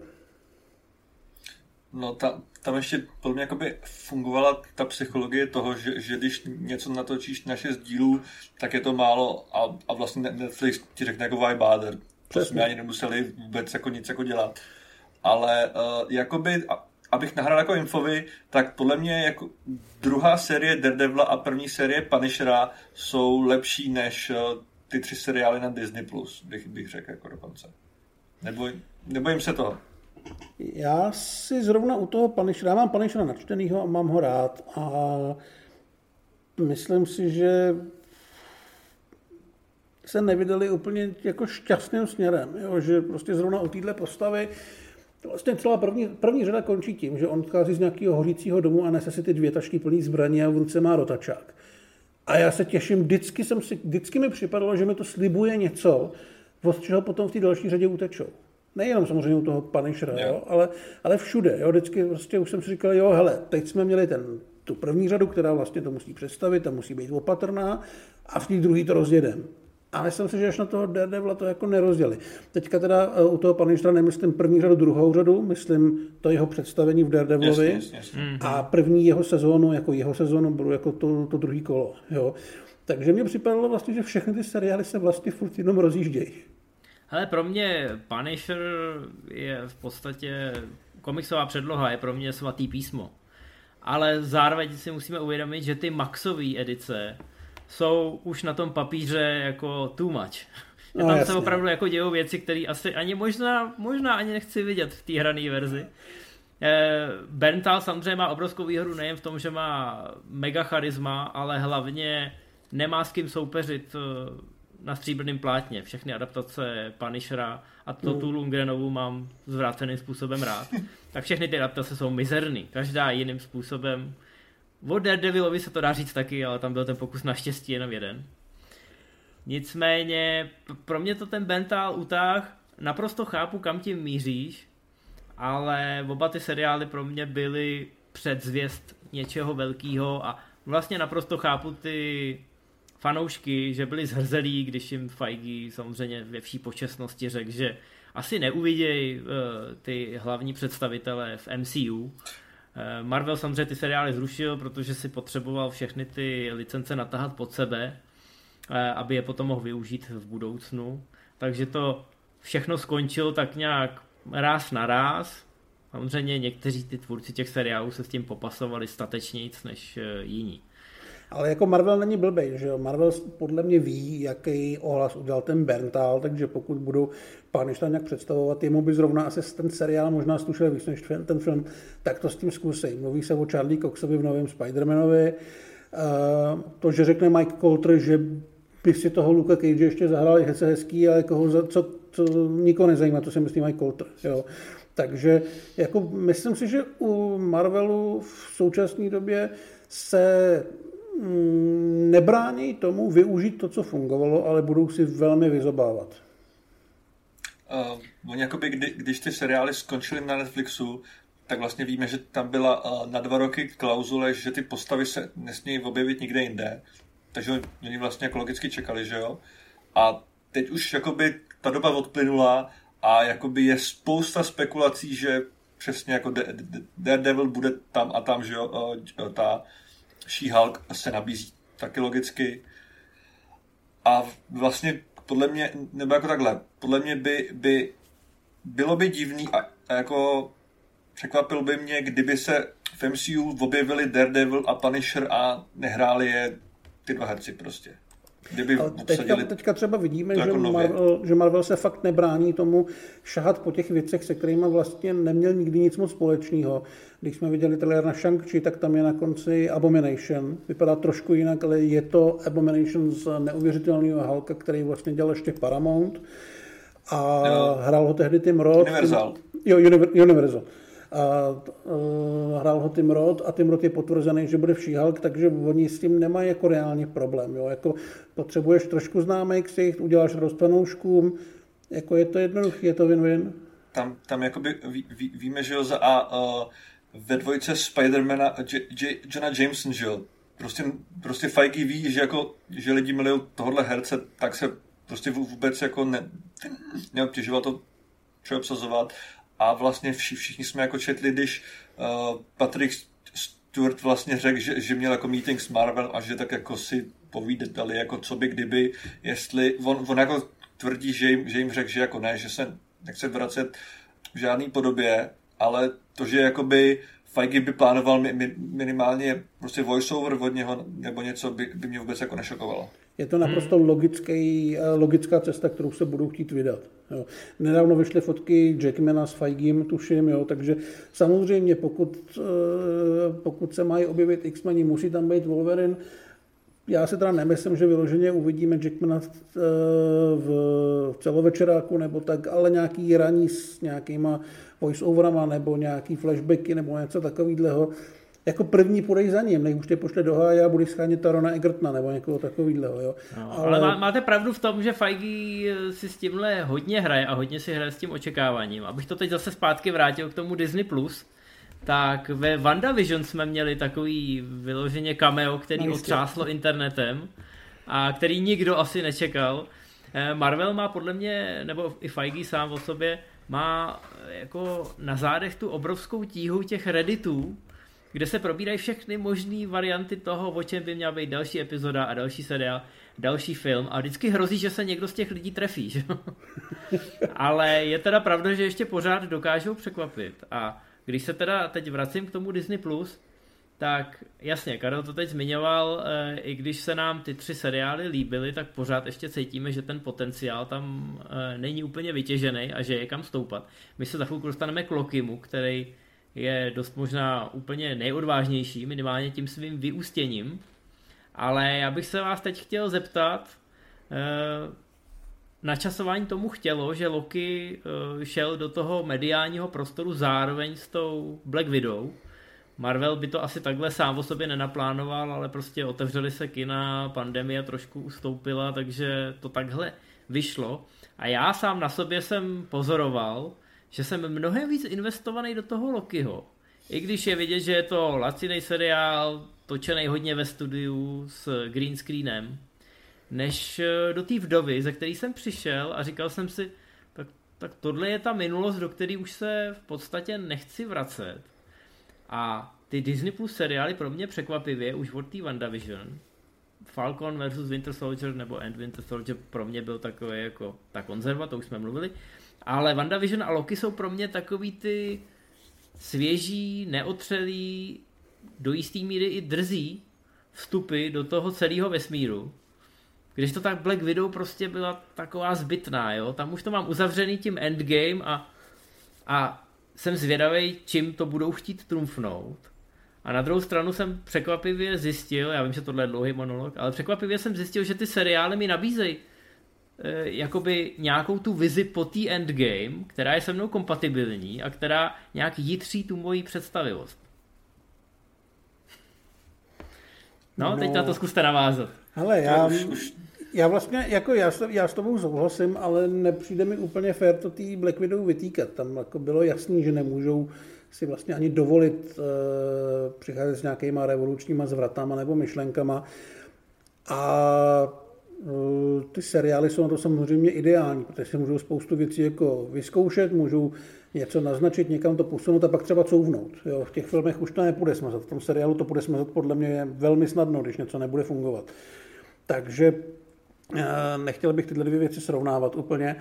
No tam ještě podle mě jakoby fungovala ta psychologie toho, že když něco natočíš na 6 dílů, tak je to málo a vlastně Netflix ti řekne jako why bother. To jsme ani nemuseli vůbec jako nic jako dělat. Ale jakoby, abych nahrál jako infovi, tak podle mě jako druhá série Daredevila a první série Punishera jsou lepší než ty 3 seriály na Disney+, bych řekl jako dokonce. Nebojím se toho. Já si zrovna u toho Punishera, já mám Punishera načtenýho a mám ho rád a myslím si, že se nevydali úplně jako šťastným směrem, jo? Že prostě zrovna u téhle postavy vlastně celá první řada končí tím, že on odchází z nějakého hořícího domu a nese si ty 2 tašky plný zbraní a v ruce má rotačák. A já se těším, vždycky mi připadalo, že mi to slibuje něco, od čeho potom v té další řadě utečou. Nejenom samozřejmě u toho Punishera, jo, ale všude. Jo, vždycky prostě už jsem si říkal, jo, hele, teď jsme měli tu první řadu, která vlastně to musí představit, ta musí být opatrná a v té druhé to rozjedem. A myslím si, že až na toho Daredevila to jako nerozděli. Teďka teda u toho Punishera nemyslím první řadu, druhou řadu, myslím to jeho představení v Daredevilovi jasně. A první jeho sezónu bylo jako to druhý kolo. Jo. Takže mě připadalo vlastně, že všechny ty seriály se vlastně furt jenom rozjíždějí. Hele, pro mě Punisher je v podstatě komiksová předloha, je pro mě svatý písmo. Ale zároveň si musíme uvědomit, že ty maxové edice jsou už na tom papíře jako too much. No, tam se opravdu jako dějou věci, které asi ani možná ani nechci vidět v té hrané verzi. Bernthal samozřejmě má obrovskou výhodu nejen v tom, že má mega charisma, ale hlavně nemá s kým soupeřit na stříbrném plátně. Všechny adaptace Punishera a tu Lundgrenovu mám zvráceným způsobem rád. Tak všechny ty adaptace jsou mizerný. Každá jiným způsobem. O Daredevilovi se to dá říct taky, ale tam byl ten pokus naštěstí jenom jeden. Nicméně pro mě to ten Bernthal utáh, naprosto chápu, kam tím míříš, ale oba ty seriály pro mě byly předzvěst něčeho velkého a vlastně naprosto chápu ty fanoušky, že byli zhrzelí, když jim Feige samozřejmě ve vší počestnosti řekl, že asi neuvidějí ty hlavní představitele v MCU. Marvel samozřejmě ty seriály zrušil, protože si potřeboval všechny ty licence natáhat pod sebe, aby je potom mohl využít v budoucnu. Takže to všechno skončilo tak nějak ráz na ráz. Samozřejmě někteří ty tvůrci těch seriálů se s tím popasovali statečnějc než jiní. Ale jako Marvel není blbej, že jo? Marvel podle mě ví, jaký ohlas udělal ten Bernthal, takže pokud budou Punisher nějak představovat, jemu by zrovna asi ten seriál možná slušel víc než ten film, tak to s tím zkusej. Mluví se o Charlie Coxovi v novém Spider-Manovi. To, že řekne Mike Colter, že by si toho Luka Cage ještě zahrál hezký, ale co nikoho nezajímá, to si myslí Mike Colter. Jo? Takže jako myslím si, že u Marvelu v současné době se nebrání tomu využít to, co fungovalo, ale budou si velmi vyzobávat. Oni jakoby, když ty seriály skončily na Netflixu, tak vlastně víme, že tam byla na 2 roky klauzule, že ty postavy se nesmějí objevit nikde jinde. Takže oni vlastně jako logicky čekali, že jo? A teď už jakoby ta doba odplynula a jakoby je spousta spekulací, že přesně jako Daredevil bude tam a tam, že jo? Ta She-Hulk se nabízí taky logicky. A vlastně podle mě, nebo jako takhle, podle mě by bylo by divný a jako překvapilo by mě, kdyby se v MCU objevili Daredevil a Punisher a nehráli je ty 2 herci prostě. kdyby teďka třeba vidíme, že Marvel se fakt nebrání tomu šahat po těch věcech, se kterými vlastně neměl nikdy nic moc společného. Když jsme viděli trailer na Shang-Chi, tak tam je na konci Abomination. Vypadá trošku jinak, ale je to Abomination z neuvěřitelného Hulka, který vlastně dělal ještě Paramount. A hrál ho tehdy Tim Roth. Universal. A hrál ho Tim Roth a Tim Roth je potvrzený, že bude v She-Hulk, takže oni s tím nemají jako reálně problém. Jo? Jako potřebuješ trošku známý ksicht, uděláš rozpanoušku, jako je to jednoduché, je to win-win. Tam jakoby víme, že jo, ve dvojce Spidermana Jonah Jameson, že jo, prostě Feige ví, že lidi milují tohohle herce, tak se prostě vůbec jako neobtěžoval to přeobsazovat. A vlastně všichni jsme jako četli, když Patrick Stewart vlastně řekl, že měl jako meeting s Marvel a že tak jako si povídali, jako co by kdyby, jestli on jako tvrdí, že jim řekl, že jako ne, že se nechce vracet v žádný podobě, ale to, že jakoby Feige by plánoval minimálně prostě voiceover od něho nebo něco, by mě vůbec jako nešokovalo. Je to naprosto logická cesta, kterou se budou chtít vydat. Jo. Nedávno vyšly fotky Jackmana s Feigem, tuším, jo, takže samozřejmě pokud se mají objevit X-meni, musí tam být Wolverine. Já si teda nemyslím, že vyloženě uvidíme Jackmana v celovečeráku nebo tak, ale nějaký raní s nějakýma voice-overama nebo nějaký flashbacky nebo něco takového. Jako první půjdej za ním, než už tě pošle do háje a budeš schánět Tarona Egertona nebo někoho takovýhleho. Jo. No, ale máte pravdu v tom, že Feige si s tímhle hodně hraje a hodně si hraje s tím očekáváním. Abych to teď zase zpátky vrátil k tomu Disney+, tak ve WandaVision jsme měli takový vyloženě cameo, který otřáslo internetem a který nikdo asi nečekal. Marvel má podle mě, nebo i Feige sám o sobě, má jako na zádech tu obrovskou tíhu těch redditů, kde se probírají všechny možné varianty toho, o čem by měla být další epizoda a další seriál, další film a vždycky hrozí, že se někdo z těch lidí trefí. Že? Ale je teda pravda, že ještě pořád dokážou překvapit. A když se teda teď vracím k tomu Disney+, tak jasně, Karel to teď zmiňoval, i když se nám ty 3 seriály líbily, tak pořád ještě cítíme, že ten potenciál tam není úplně vytěžený a že je kam stoupat. My se za chvilku dostaneme k Lokimu, který je dost možná úplně nejodvážnější, minimálně tím svým vyústěním. Ale já bych se vás teď chtěl zeptat, načasování tomu chtělo, že Loki šel do toho mediálního prostoru zároveň s tou Black Widow. Marvel by to asi takhle sám o sobě nenaplánoval, ale prostě otevřeli se kina, pandemie trošku ustoupila, takže to takhle vyšlo. A já sám na sobě jsem pozoroval, že jsem mnohem víc investovaný do toho Lokiho. I když je vidět, že je to lacinej seriál, točený hodně ve studiu s green screenem, než do té Vdovy, ze který jsem přišel a říkal jsem si, tak tohle je ta minulost, do které už se v podstatě nechci vracet. A ty Disney Plus seriály pro mě překvapivě už od té WandaVision, Falcon vs. Winter Soldier nebo And Winter Soldier pro mě byl takový jako ta konzerva, to už jsme mluvili, ale WandaVision a Loki jsou pro mě takový ty svěží, neotřelý, do jistý míry i drzí vstupy do toho celého vesmíru. Když to tak Black Widow prostě byla taková zbytná, jo? Tam už to mám uzavřený tím Endgame a jsem zvědavý, čím to budou chtít trumfnout. A na druhou stranu jsem překvapivě zjistil, já vím, že tohle je dlouhý monolog, ale překvapivě jsem zjistil, že ty seriály mi nabízejí jakoby nějakou tu vizi po té Endgame, která je se mnou kompatibilní a která nějak jitří tu moji představivost. No, teď na to zkuste navázat. Hele, já vlastně, jako já s tobou souhlasím, ale nepřijde mi úplně fér to tý Black Widow vytýkat. Tam jako bylo jasný, že nemůžou si vlastně ani dovolit přicházet s nějakýma revolučníma zvratama nebo myšlenkama. A ty seriály jsou na to samozřejmě ideální, protože si můžou spoustu věcí jako vyzkoušet, můžou něco naznačit, někam to posunout a pak třeba couvnout. Jo, v těch filmech už to nepůjde smazat, v tom seriálu to půjde smazat podle mě velmi snadno, když něco nebude fungovat. Takže nechtěl bych tyhle dvě věci srovnávat úplně.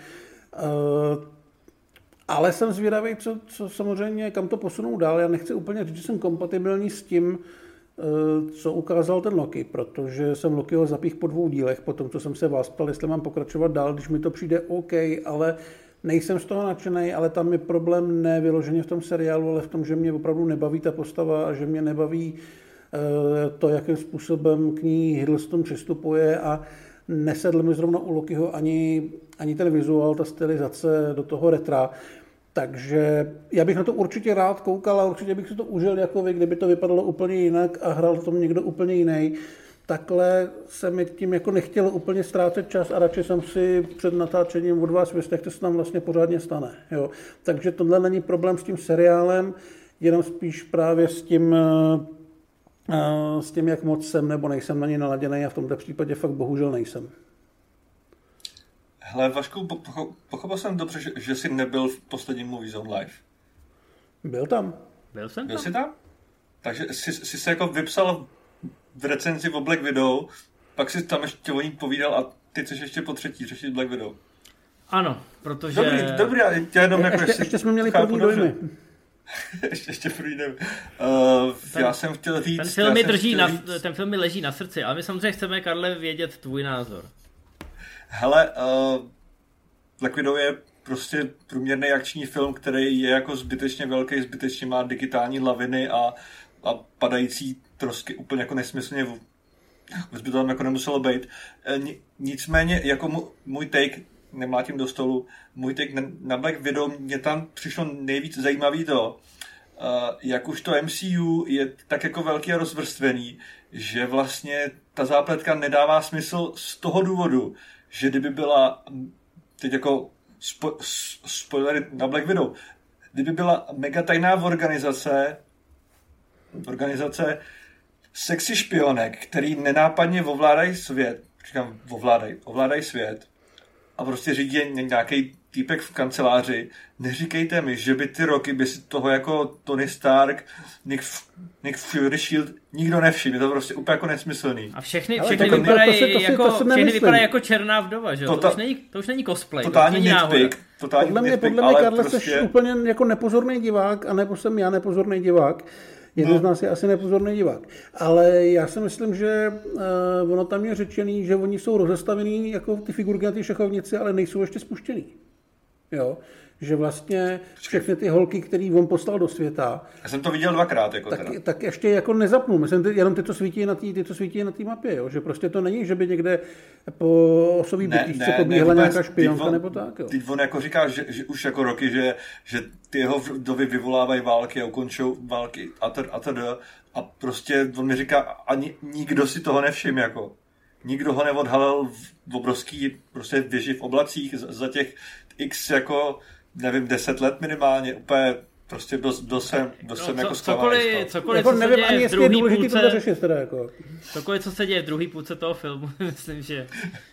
Ale jsem zvědavý, co samozřejmě, kam to posunou dál. Já nechci úplně říct, že jsem kompatibilní s tím, co ukázal ten Loki, protože jsem Lokiho zapích po 2 dílech, po tom, co jsem se vás ptal, jestli mám pokračovat dál, když mi to přijde OK, ale nejsem z toho nadšenej, ale tam je problém ne vyloženě v tom seriálu, ale v tom, že mě opravdu nebaví ta postava a že mě nebaví to, jakým způsobem k ní Hiddleston přistupuje a nesedl mi zrovna u Lokiho ani ten vizuál, ta stylizace do toho retra. Takže já bych na to určitě rád koukal a určitě bych si to užil jako vy, kdyby to vypadalo úplně jinak a hrál tom někdo úplně jiný. Takhle se mi tím jako nechtělo úplně ztrácet čas a radši jsem si před natáčením od vás vyslech, to se tam vlastně pořádně stane. Jo. Takže tohle není problém s tím seriálem, jenom spíš právě s tím, jak moc jsem nebo nejsem na něj naladěný a v tomto případě fakt bohužel nejsem. Hele, Vašku, pochopil jsem dobře, že jsi nebyl v posledním Movie Zone Live. Byl tam. Byl jsem tam. Byl jsi tam? Takže jsi se jako vypsal v recenzi o Black Widow, pak jsi tam ještě o ní povídal a ty chceš ještě po třetí řešit Black Widow. Ano, protože... Dobrý, já jenom jako... Ještě jsme měli první dojmy. ještě první dojmy. Já jsem chtěl říct... Ten film mi leží na srdci, ale my samozřejmě chceme, Karle, vědět tvůj názor. Hele, Black Widow je prostě průměrný akční film, který je jako zbytečně velký, zbytečně má digitální laviny a padající trosky úplně jako nesmyslně vůbec by to tam jako nemuselo být. Nicméně jako můj take, nemlátím do stolu, můj take na Black Widow, mě tam přišlo nejvíc zajímavý to, jak už to MCU je tak jako velký a rozvrstvený, že vlastně ta zápletka nedává smysl z toho důvodu, že kdyby byla, teď jako spoilery na Black Widow, kdyby byla mega tajná organizace sexy špionek, který nenápadně ovládají svět, říkám ovládají svět a prostě řídí nějaký týpek v kanceláři, neříkejte mi, že by ty roky by si toho jako Tony Stark, Nick Fury, Shield nikdo nevšiml, je to prostě úplně jako nesmyslný. A všechny vypadají jako černá vdova, že jo? To už není cosplay. Totální nitpick. Podle mě, Karle, prostě... jsi úplně jako nepozorný divák, anebo jsem já nepozorný divák. Jeden z nás je asi nepozorný divák. Ale já si myslím, že ono tam je řečený, že oni jsou rozestavený jako ty figurky na ty šachovnici, ale nejsou ještě spuštěný. Jo? Že vlastně všechny ty holky, který on poslal do světa... Já jsem to viděl 2krát. Jako tak ještě jako nezapnul. Myslím, jenom ty, co svítí na té mapě. Jo? Že prostě to není, že by někde po osobní butížce pobíhala nějaká špionka nebo tak. Jo? Teď on jako říká, že už jako roky, že ty jeho vdovy vyvolávají války a ukončují války a prostě on mi říká, ani nikdo si toho nevšiml. Jako. Nikdo ho neodhalil v obrovský prostě věži v oblacích za těch x jako nevím, 10 let minimálně, úplně prostě byl jsem jako zklamaný. Cokoliv, jako co nevím, se děje v druhý půlce, to řešit, teda jako. Cokoliv, co se děje v druhý půlce toho filmu, myslím, že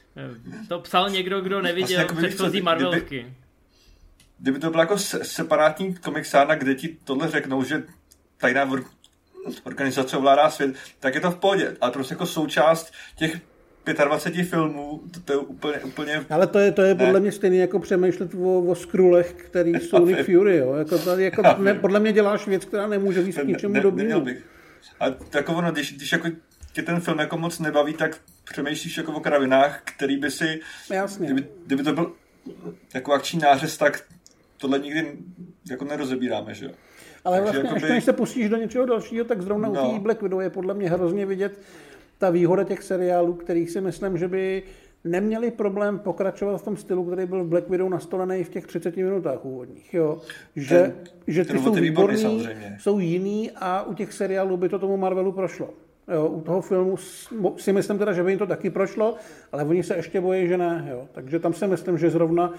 to psal někdo, kdo neviděl vlastně předchozí Marvelky. Kdyby to byla jako separátní komiksárna, kde ti tohle řeknou, že tajná organizace ovládá svět, tak je to v pohodě, ale prostě jako součást těch 25 filmů, to je úplně... Ale to je podle mě stejný jako přemýšlet o skrulech, který jsou Nick Fury, jo. Podle mě děláš věc, která nemůže být k ničemu dobrýmu. A jako ono, když jako tě ten film jako moc nebaví, tak přemýšlíš jako o kravinách, který by si... Jasně. Kdyby to byl jako akční nářez, tak tohle nikdy jako nerozebíráme, že jo. Ale takže vlastně, ještě než se pustíš do něčeho dalšího, tak zrovna u té Black Widow je podle mě hrozně vidět ta výhoda těch seriálů, kterých si myslím, že by neměli problém pokračovat v tom stylu, který byl v Black Widow nastolený v těch 30 minutách úvodních. Jo. Že ty jsou výborný, jsou jiný a u těch seriálů by to tomu Marvelu prošlo. Jo, u toho filmu si myslím teda, že by jim to taky prošlo, ale oni se ještě bojí, že ne. Jo. Takže tam si myslím, že zrovna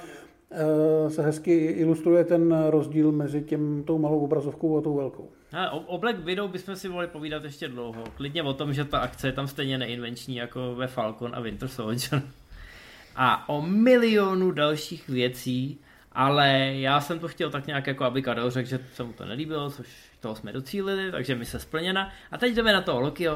se hezky ilustruje ten rozdíl mezi tou malou obrazovkou a tou velkou. O Black Widow bychom si mohli povídat ještě dlouho. Klidně o tom, že ta akce je tam stejně neinvenční jako ve Falcon a Winter Soldier. A o milionu dalších věcí, ale já jsem to chtěl tak nějak jako, aby Karel řekl, že se mu to nelíbilo, což toho jsme docílili, takže mi se splněna. A teď jdeme na toho Lokiho.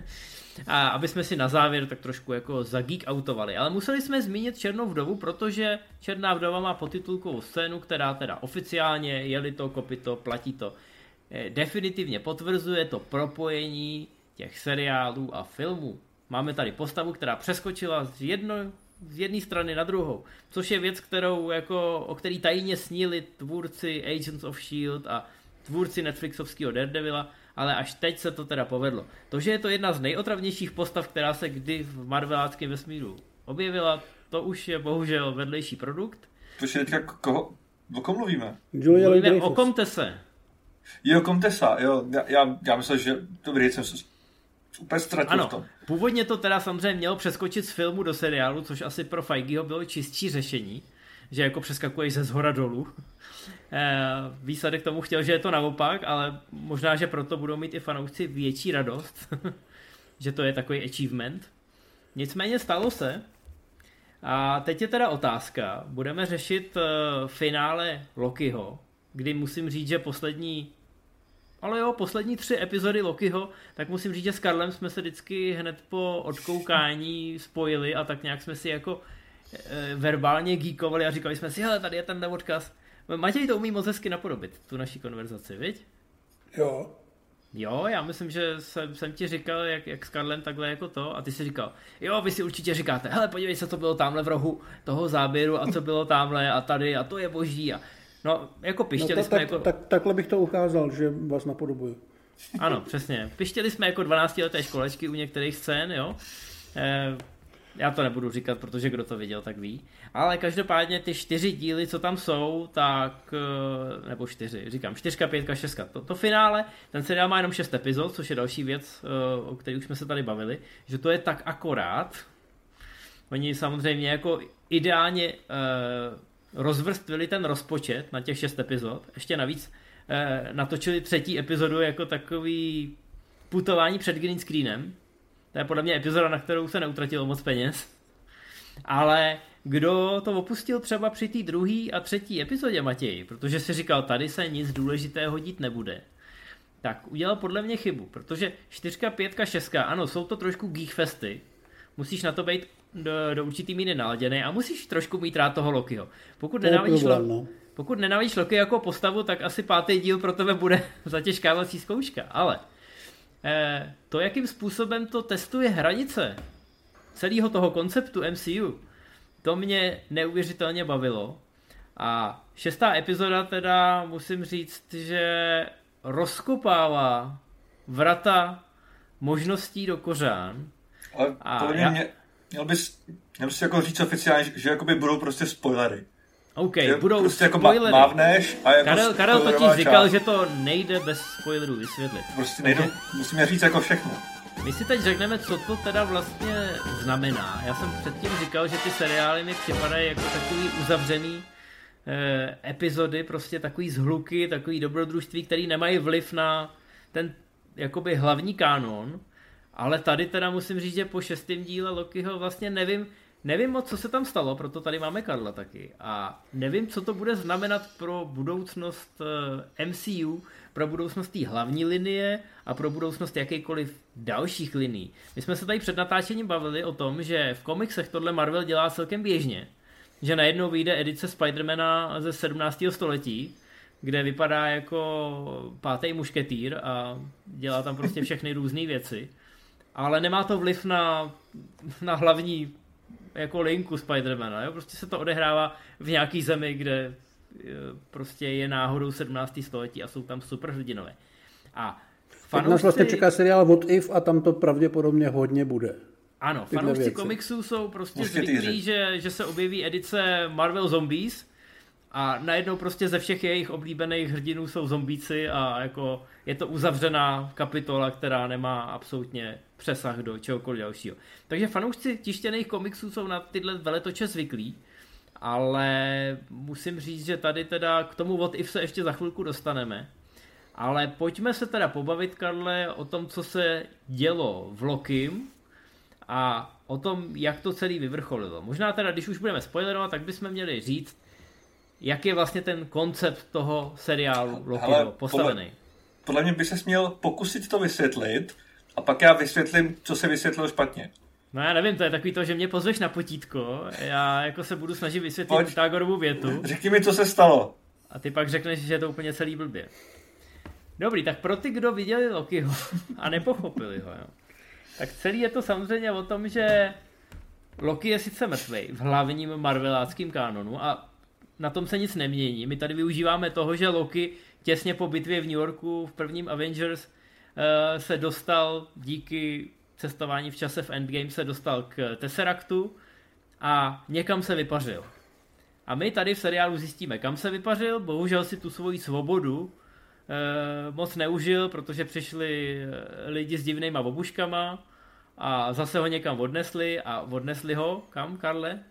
A aby jsme si na závěr tak trošku jako zageek-outovali. Ale museli jsme zmínit Černou vdovu, protože Černá vdova má podtitulkovou scénu, která teda oficiálně, je-li to, kopito, platí to, definitivně potvrzuje to propojení těch seriálů a filmů. Máme tady postavu, která přeskočila z jedné strany na druhou, což je věc, o který tajně snili tvůrci Agents of S.H.I.E.L.D. a tvůrci Netflixovského Daredevila, ale až teď se to teda povedlo. To, že je to jedna z nejotravnějších postav, která se kdy v marveláckém vesmíru objevila, to už je bohužel vedlejší produkt. Počkej, teďka o kom mluvíme? Mluvíme o Comtesse. Jo, Comtessa, jo. Já myslel, že dobrý, jsem se úplně ztratil v tom. Původně to teda samozřejmě mělo přeskočit z filmu do seriálu, což asi pro Feigeho bylo čistší řešení, že jako přeskakuješ ze zhora dolů. Výsledek tomu chtěl, že je to naopak, ale možná, že proto budou mít i fanoušci větší radost, že to je takový achievement. Nicméně stalo se. A teď je teda otázka. Budeme řešit finále Lokiho, kdy musím říct, že poslední 3 epizody Lokiho, tak musím říct, že s Karlem jsme se vždycky hned po odkoukání spojili a tak nějak jsme si jako verbálně geekovali a říkali jsme si, hele, tady je tenhle odkaz. Matěj to umí moc hezky napodobit, tu naší konverzaci, viď? Jo, já myslím, že jsem ti říkal, jak s Karlem takhle jako to, a ty si říkal, jo, vy si určitě říkáte, hele, podívej se, co bylo tamhle v rohu toho záběru a co bylo tamhle a tady a to je boží a no, jako pištěli jsme jako... Takhle bych to ukázal, že vás napodobuju. Ano, přesně. Pištěli jsme jako 12leté školečky u některých scén, jo. Já to nebudu říkat, protože kdo to viděl, tak ví. Ale každopádně ty 4 díly, co tam jsou, tak... Nebo 4, říkám, 4, 5, 6. To finále, ten seriál má jenom 6 epizod, což je další věc, o které už jsme se tady bavili, že to je tak akorát. Oni samozřejmě jako ideálně rozvrstvili ten rozpočet na těch 6 epizod. Ještě navíc natočili 3. epizodu jako takový putování před green screenem. To je podle mě epizoda, na kterou se neutratilo moc peněz. Ale kdo to opustil třeba při té 2. a 3. epizodě, Matěj, protože si říkal, tady se nic důležitého dít nebude, tak udělal podle mě chybu, protože 4, 5, 6, ano, jsou to trošku geekfesty, musíš na to být do určitý míry naladěný a musíš trošku mít rád toho Lokiho. Pokud nenávidíš Loki jako postavu, tak asi 5. díl pro tebe bude zatěžkávací zkouška, ale to, jakým způsobem to testuje hranice celého toho konceptu MCU, to mě neuvěřitelně bavilo. A 6. epizoda teda musím říct, že rozkopává vrata možností do kořán. Ale podle mě měl bys jako říct oficiálně, že jakoby budou prostě spoilery. OK, budou prostě spoilery. Jako mávneš a jako Karel totiž říkal, že to nejde bez spoilerů vysvětlit. Prostě nejde, musíme říct jako všechno. My si teď řekneme, co to teda vlastně znamená. Já jsem předtím říkal, že ty seriály mi připadají jako takový uzavřený epizody, prostě takový zhluky, takový dobrodružství, který nemají vliv na ten jakoby hlavní kánon, ale tady teda musím říct, že po 6. díle Lokiho vlastně nevím moc, co se tam stalo, proto tady máme Karla taky. A nevím, co to bude znamenat pro budoucnost MCU, pro budoucnost té hlavní linie a pro budoucnost jakýkoliv dalších linií. My jsme se tady před natáčením bavili o tom, že v komiksech tohle Marvel dělá celkem běžně. Že najednou vyjde edice Spidermana ze 17. století, kde vypadá jako 5. mušketýr a dělá tam prostě všechny různé věci. Ale nemá to vliv na hlavní jako linku Spidermana, jo? Prostě se to odehrává v nějaký zemi, kde prostě je náhodou 17. století a jsou tam superhrdinové. A fanoušci... Nás vlastně čeká seriál What If a tam to pravděpodobně hodně bude. Ano, fanoušci komiksů jsou prostě zvyklí, že se objeví edice Marvel Zombies a najednou prostě ze všech jejich oblíbených hrdinů jsou zombíci a jako je to uzavřená kapitola, která nemá absolutně přesah do čehokoliv dalšího. Takže fanoušci tištěných komiksů jsou na tyhle veletoče zvyklí, ale musím říct, že tady teda k tomu What If se ještě za chvilku dostaneme. Ale pojďme se teda pobavit, Karle, o tom, co se dělo v Lokim a o tom, jak to celý vyvrcholilo. Možná teda, když už budeme spoilerovat, tak bychom měli říct, jak je vlastně ten koncept toho seriálu Lokiho postavený. Podle mě by ses měl pokusit to vysvětlit a pak já vysvětlím, co se vysvětlilo špatně. No já nevím, to je takový to, že mě pozveš na potítko, já jako se budu snažit vysvětlit Pythagorovu větu. Řekni mi, co se stalo. A ty pak řekneš, že je to úplně celý blbě. Dobrý, tak pro ty, kdo viděli Lokiho a nepochopili ho, jo, tak celý je to samozřejmě o tom, že Loki je sice mrtvej v hlavním marveláckém kánonu a na tom se nic nemění. My tady využíváme toho, že Loki těsně po bitvě v New Yorku v prvním Avengers se dostal díky cestování v čase v Endgame se dostal k Tesseractu a někam se vypařil. A my tady v seriálu zjistíme, kam se vypařil, bohužel si tu svoji svobodu moc neužil, protože přišli lidi s divnýma obuškama a zase ho někam odnesli a odnesli ho, kam, Karle?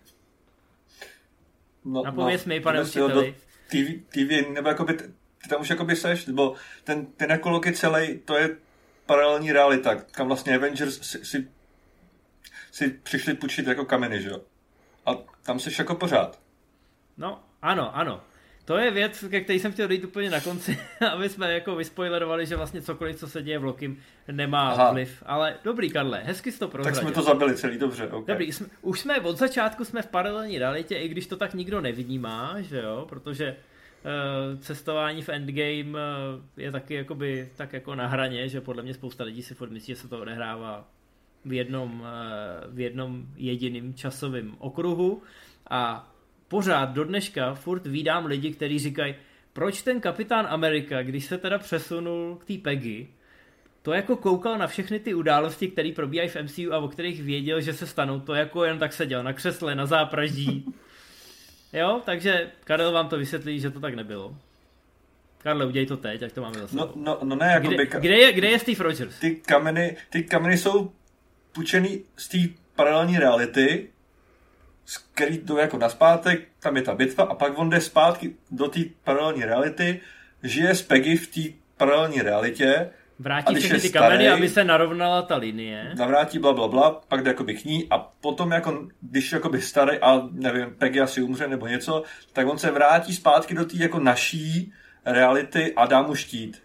Napověz mi, pane učiteli. TV, nebo jakoby, ty tam už jakoby seš, nebo ten jako Loki celý, to je paralelní realita, kam vlastně Avengers si přišli půjčit jako kameny, že jo? A tam seš jako pořád. No, ano. To je věc, ke který jsem chtěl dojít úplně na konci, aby jsme jako vyspoilerovali, že vlastně cokoliv, co se děje v Lokim, nemá vliv. Ale dobrý, Karle, hezky jsi to prozradil. Tak jsme to zabili celý, dobře, okay. Dobrý, už jsme od začátku jsme v paralelní realitě, i když to tak nikdo nevnímá, že jo, protože cestování v Endgame je taky jakoby, tak jako na hraně, že podle mě spousta lidí si furt myslí, že se to odehrává v jednom jediným časovém okruhu a pořád do dneška furt vídám lidi, kteří říkají, proč ten Kapitán Amerika, když se teda přesunul k té Peggy, to jako koukal na všechny ty události, které probíhají v MCU a o kterých věděl, že se stanou, to jako jen tak seděl na křesle, na zápraží. Jo, takže Karel vám to vysvětlí, že to tak nebylo. Karle, udělej to teď, jak to máme zase. No ne, jako kde je Steve Rogers? Ty kameny jsou půjčený z té paralelní reality, z který jdou jako naspátek, tam je ta bitva a pak on jde zpátky do té paralelní reality, žije s Peggy v té paralelní realitě. Vrátí všechny ty kameny, aby se narovnala ta linie. Navrátí blablabla, pak jde jakoby k ní a potom jako, když jakoby starý a nevím, Peggy asi umře nebo něco, tak on se vrátí zpátky do té jako naší reality a dá mu štít.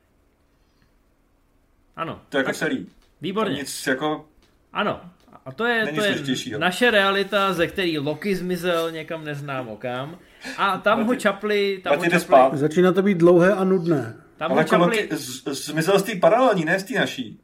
Ano. To je jako celý. Výborně. Nic jako... Ano. A to je naše realita, ze který Loki zmizel někam neznámo kam. A tam ho čapli... Začíná to být dlouhé a nudné. Tam ale jako Loki zmizel z té paralelní, ne z té naší.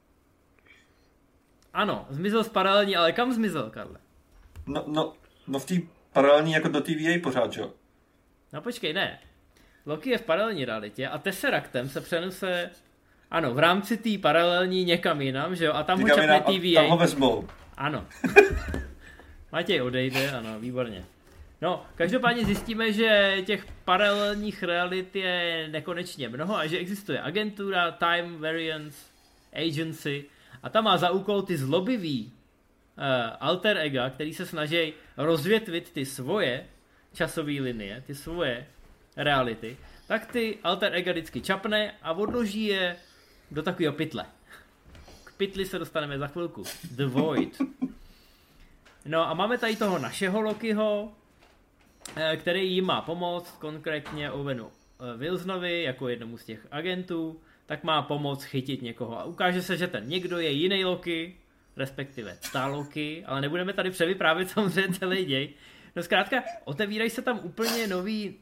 Ano, zmizel z paralelní, ale kam zmizel, Karle? No v té paralelní jako do TVA pořád, jo? No počkej, ne. Loki je v paralelní realitě a Tesseractem se přenese... Ano, v rámci té paralelní někam jinam, že jo? A tam ho čapne TVA. Tam ho vezmou. Ano. Matěj odejde, ano, výborně. No, každopádně zjistíme, že těch paralelních realit je nekonečně mnoho a že existuje agentura, Time Variance Agency a ta má za úkol ty zlobivý alter ega, který se snaží rozvětvit ty svoje časové linie, ty svoje reality, tak ty alter ega vždycky čapne a odloží je do takového pytle. K pytli se dostaneme za chvilku. The Void. No a máme tady toho našeho Lokiho, který jim má pomoct, konkrétně Owenu Wilsonovi, jako jednomu z těch agentů, tak má pomoct chytit někoho. A ukáže se, že ten někdo je jiný Loki, respektive ta Loki, ale nebudeme tady převyprávět samozřejmě celý děj. No zkrátka, otevírají se tam úplně nový,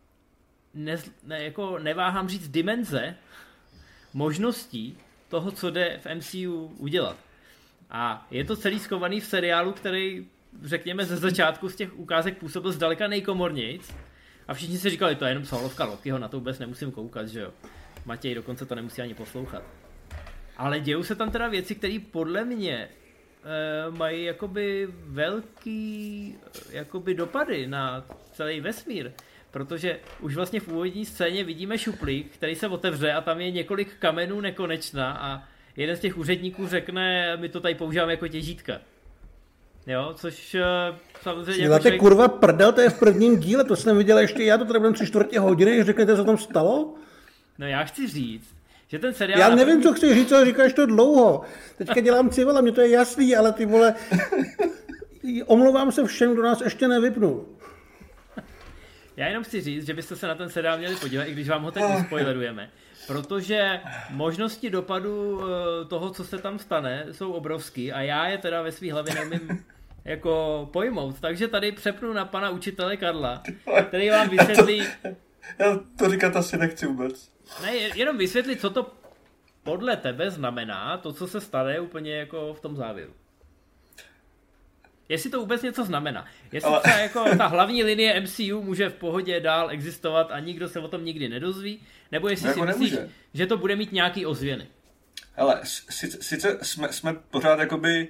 jako neváhám říct, dimenze možností toho, co jde v MCU udělat. A je to celý schovaný v seriálu, který, řekněme, ze začátku z těch ukázek působil zdaleka nejkomornějc. A všichni si říkali, to je jenom solovka Lokiho, na to vůbec nemusím koukat, že jo. Matěj dokonce to nemusí ani poslouchat. Ale dějou se tam teda věci, které podle mě mají jakoby velký jakoby dopady na celý vesmír. Protože už vlastně v úvodní scéně vidíme šuplík, který se otevře a tam je několik kamenů nekonečna a jeden z těch úředníků řekne, my to tady používáme jako těžítka. Jo, což samozřejmě... Děláte kurva prdel, to je v prvním díle, to jsem viděl ještě já, to tady budeme 3/4 hodiny, řeknete, co tam stalo? No já chci říct, že ten seriál... Já nevím, co chci říct, ale říkáš to dlouho. Teďka dělám civila, mně to je jasný, ale ty vole... Omlouvám se všem, kdo nás ještě nevypnul. Já jenom chci říct, že byste se na ten seriál měli podívat, i když vám ho teď nespoilerujeme. Protože možnosti dopadu toho, co se tam stane, jsou obrovský a já je teda ve svý hlavě neumím jako pojmout. Takže tady přepnu na pana učitele Karla, který vám vysvětlí, Já to říkat asi nechci vůbec. Ne, jenom vysvětlit, co to podle tebe znamená, to, co se stane úplně jako v tom závěru. Jestli to vůbec něco znamená. Jestli třeba jako ta hlavní linie MCU může v pohodě dál existovat a nikdo se o tom nikdy nedozví, nebo jestli jako si myslíš, nemůže. že to bude mít nějaký ozvěny. Hele, sice jsme pořád jakoby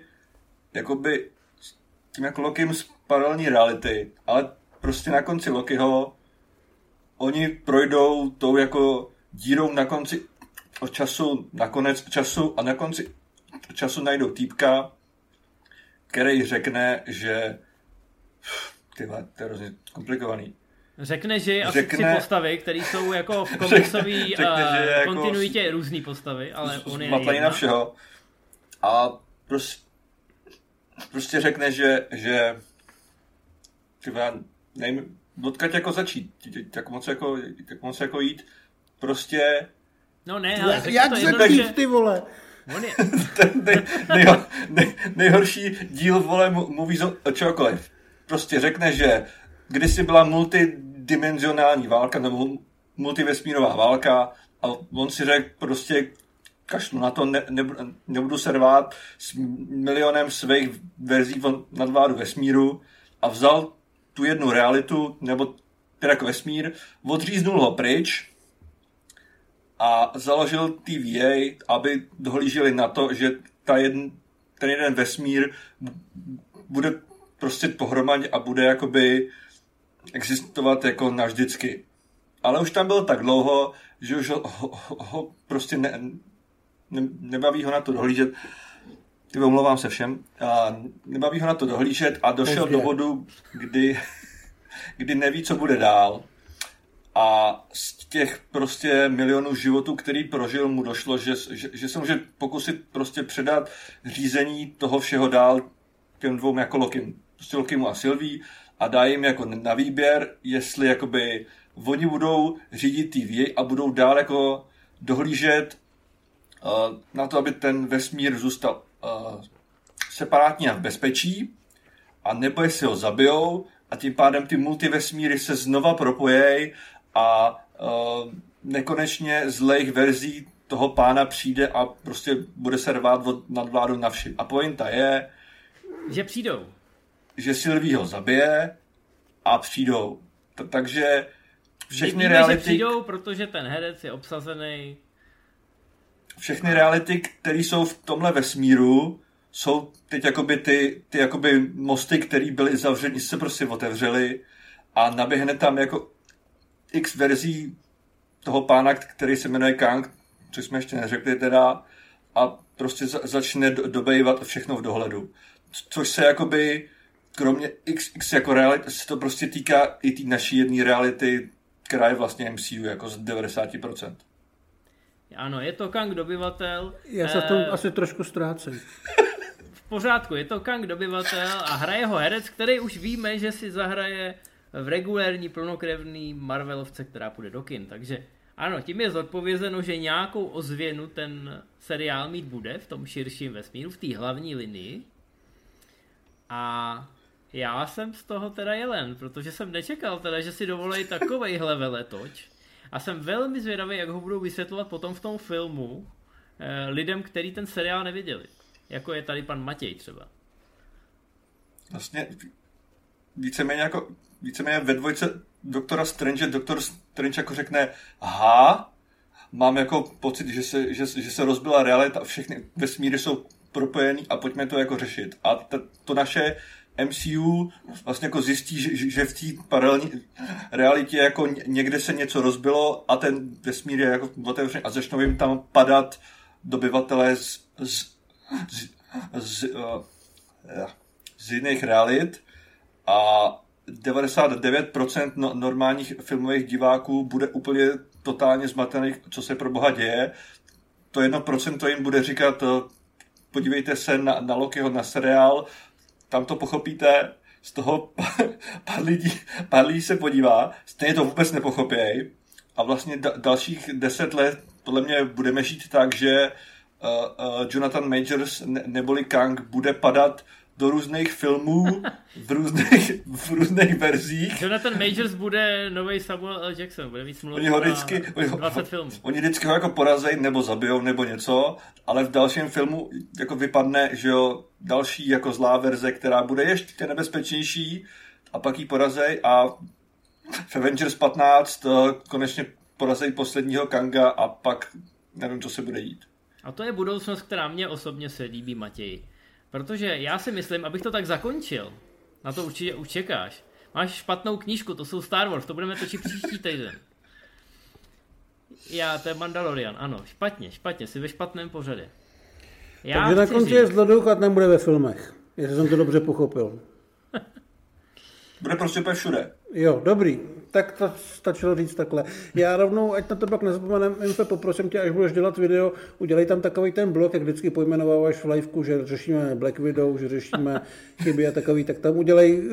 tím jako Lokim z paralelní reality, ale prostě na konci Lokiho oni projdou tou jako dírou na konci času, na konec času a na konci času najdou týpka, který řekne, že tyhle, to je hrozně komplikovaný. Řekne, že je asi 3 postavy, které jsou jako v komiksový kontinuitě jako různý postavy, ale on je jedna. Na všeho. A prostě řekne, že tyhle, nevím, odkud jako začít, jak moc jako jít, prostě... No ne, ale jak začít, ty vole? Nejhorší díl, vole, mluví o čokoliv. Prostě řekne, že kdysi byla multidimenzionální válka, nebo multivesmírová válka a on si řekl prostě kašlu na to, nebudu se rvát s milionem svých verzí nadvládu vesmíru a vzal tu jednu realitu, nebo teda jako vesmír, odříznul ho pryč a založil TVA, aby dohlíželi na to, že ten jeden vesmír bude prostě pohromadě a bude jakoby existovat jako navždycky. Ale už tam byl tak dlouho, že už ho prostě nebaví ho na to dohlížet. Omlouvám se všem. Nebaví ho na to dohlížet a došel do bodu, kdy neví, co bude dál. A z těch prostě milionů životů, který prožil, mu došlo, že se může pokusit prostě předat řízení toho všeho dál těm dvou jako Lokim. Prostě Lokimu a Sylvie a dá jim jako na výběr, jestli jakoby oni budou řídit TVA a budou dál jako dohlížet na to, aby ten vesmír zůstal separátní a v bezpečí, a nebo jestli ho zabijou a tím pádem ty multivesmíry se znova propojejí a nekonečně zlejch verzí toho pána přijde a prostě bude se rvát od nadvládu na všim. A pointa je, že přijdou. Že Sylvie ho zabije a přijdou. Takže všechny víme, reality... že přijdou, protože ten herec je obsazený. Všechny reality, které jsou v tomhle vesmíru, jsou teď jakoby ty jakoby mosty, které byly zavřeny, se prostě otevřely a naběhne tam jako x verzí toho pána, který se jmenuje Kang, což jsme ještě neřekli teda, a prostě začne dobejvat všechno v dohledu. Což se jakoby, kromě x jako reality, se to prostě týká i té naší jedné reality, která je vlastně MCU jako z 90%. Ano, je to Kang dobyvatel. Já se v tom asi trošku ztrácím. V pořádku, je to Kang dobyvatel a hraje ho herec, který už víme, že si zahraje v regulérní plnokrevný Marvelovce, která půjde do kin. Takže ano, tím je zodpovězeno, že nějakou ozvěnu ten seriál mít bude v tom širším vesmíru, v té hlavní linii. A já jsem z toho teda jelen, protože jsem nečekal teda, že si dovolí takovejhle veletoč. A jsem velmi zvědavý, jak ho budou vysvětlovat potom v tom filmu lidem, kteří ten seriál neviděli. Jako je tady pan Matěj třeba. Vlastně víceméně ve dvojce Doktor Strange jako řekne, aha, mám jako pocit, že se rozbila realita, všechny vesmíry jsou propojený a pojďme to jako řešit. A to naše MCU vlastně jako zjistí, že v té paralelní realitě jako někde se něco rozbilo a ten vesmír je jako otevřený a začnou jim tam padat dobyvatelé z jiných realit a 99% normálních filmových diváků bude úplně totálně zmatených, co se pro boha děje. To 1% jim bude říkat, podívejte se na Lokiho, na seriál, tam to pochopíte, z toho pár lidí se podívá, stejně to vůbec nepochopěj a vlastně dalších 10 let podle mě budeme žít tak, že Jonathan Majors neboli Kang bude padat do různých filmů v různých verzích. Jonathan Majors bude nový Samuel L. Jackson, bude víc mluvit na 20 filmů. Oni vždycky ho jako porazí nebo zabijou nebo něco, ale v dalším filmu jako vypadne, že jo, další jako zlá verze, která bude ještě nebezpečnější a pak ji porazí a v Avengers 15 konečně porazí posledního Kanga a pak nevím, co se bude dít. A to je budoucnost, která mě osobně se líbí, Matěj. Protože já si myslím, abych to tak zakončil, na to určitě už čekáš. Máš špatnou knížku, to jsou Star Wars, to budeme točit příští týden. To je Mandalorian, ano, špatně, jsi ve špatném pořadě. Takže na konci je zloduch a nebude ve filmech, jestli jsem to dobře pochopil. Bude prostě úplně všude. Jo, dobrý. Tak to stačilo říct takhle. Já rovnou, ať na to pak nezapomenem, Infe, poprosím tě, až budeš dělat video, udělej tam takový ten blok, jak vždycky pojmenováváš v liveku, že řešíme Black Widow, že řešíme chyby a takový, tak tam udělej,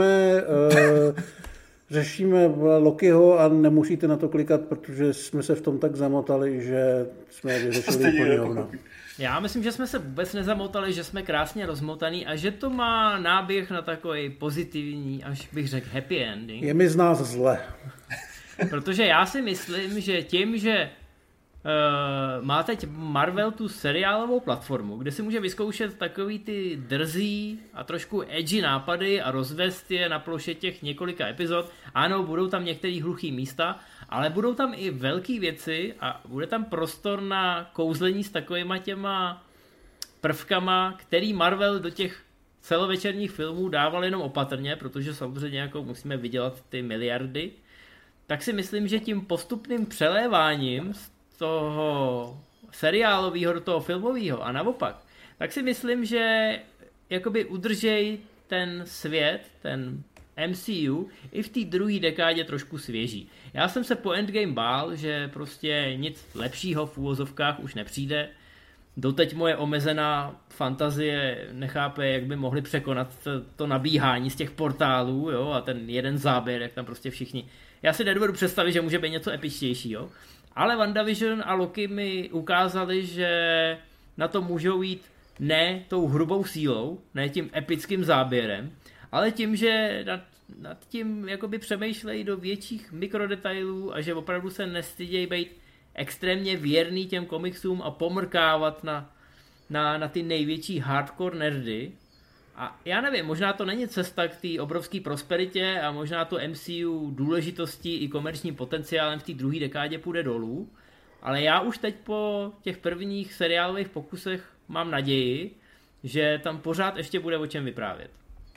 řešíme Lokiho a nemusíte na to klikat, protože jsme se v tom tak zamotali, že jsme vyřešili úplně hovno. Já myslím, že jsme se vůbec nezamotali, že jsme krásně rozmotaný a že to má náběh na takový pozitivní, až bych řekl happy ending. Je mi z nás zle. Protože já si myslím, že tím, že má teď Marvel tu seriálovou platformu, kde si může vyzkoušet takový ty drzí a trošku edgy nápady a rozvést je na ploše těch několika epizod. Ano, budou tam některé hluchý místa, ale budou tam i velké věci a bude tam prostor na kouzlení s takovýma těma prvkama, který Marvel do těch celovečerních filmů dával jenom opatrně, protože samozřejmě jako musíme vydělat ty miliardy. Tak si myslím, že tím postupným přeléváním z toho seriálového do toho filmového a naopak, tak si myslím, že jakoby udržej ten svět, ten MCU i v té druhé dekádě trošku svěží. Já jsem se po Endgame bál, že prostě nic lepšího v úvozovkách už nepřijde. Doteď moje omezená fantazie nechápe, jak by mohli překonat to nabíhání z těch portálů, jo, a ten jeden záběr, jak tam prostě všichni. Já si nedovedu představit, že může být něco epičtějšího. Ale WandaVision a Loki mi ukázali, že na to můžou jít ne tou hrubou sílou, ne tím epickým záběrem, ale tím, že nad tím jakoby přemýšlejí do větších mikrodetailů a že opravdu se nestydějí být extrémně věrný těm komiksům a pomrkávat na ty největší hardcore nerdy. A já nevím, možná to není cesta k té obrovské prosperitě a možná to MCU důležitostí i komerčním potenciálem v té druhé dekádě půjde dolů, ale já už teď po těch prvních seriálových pokusech mám naději, že tam pořád ještě bude o čem vyprávět.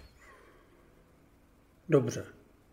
Dobře.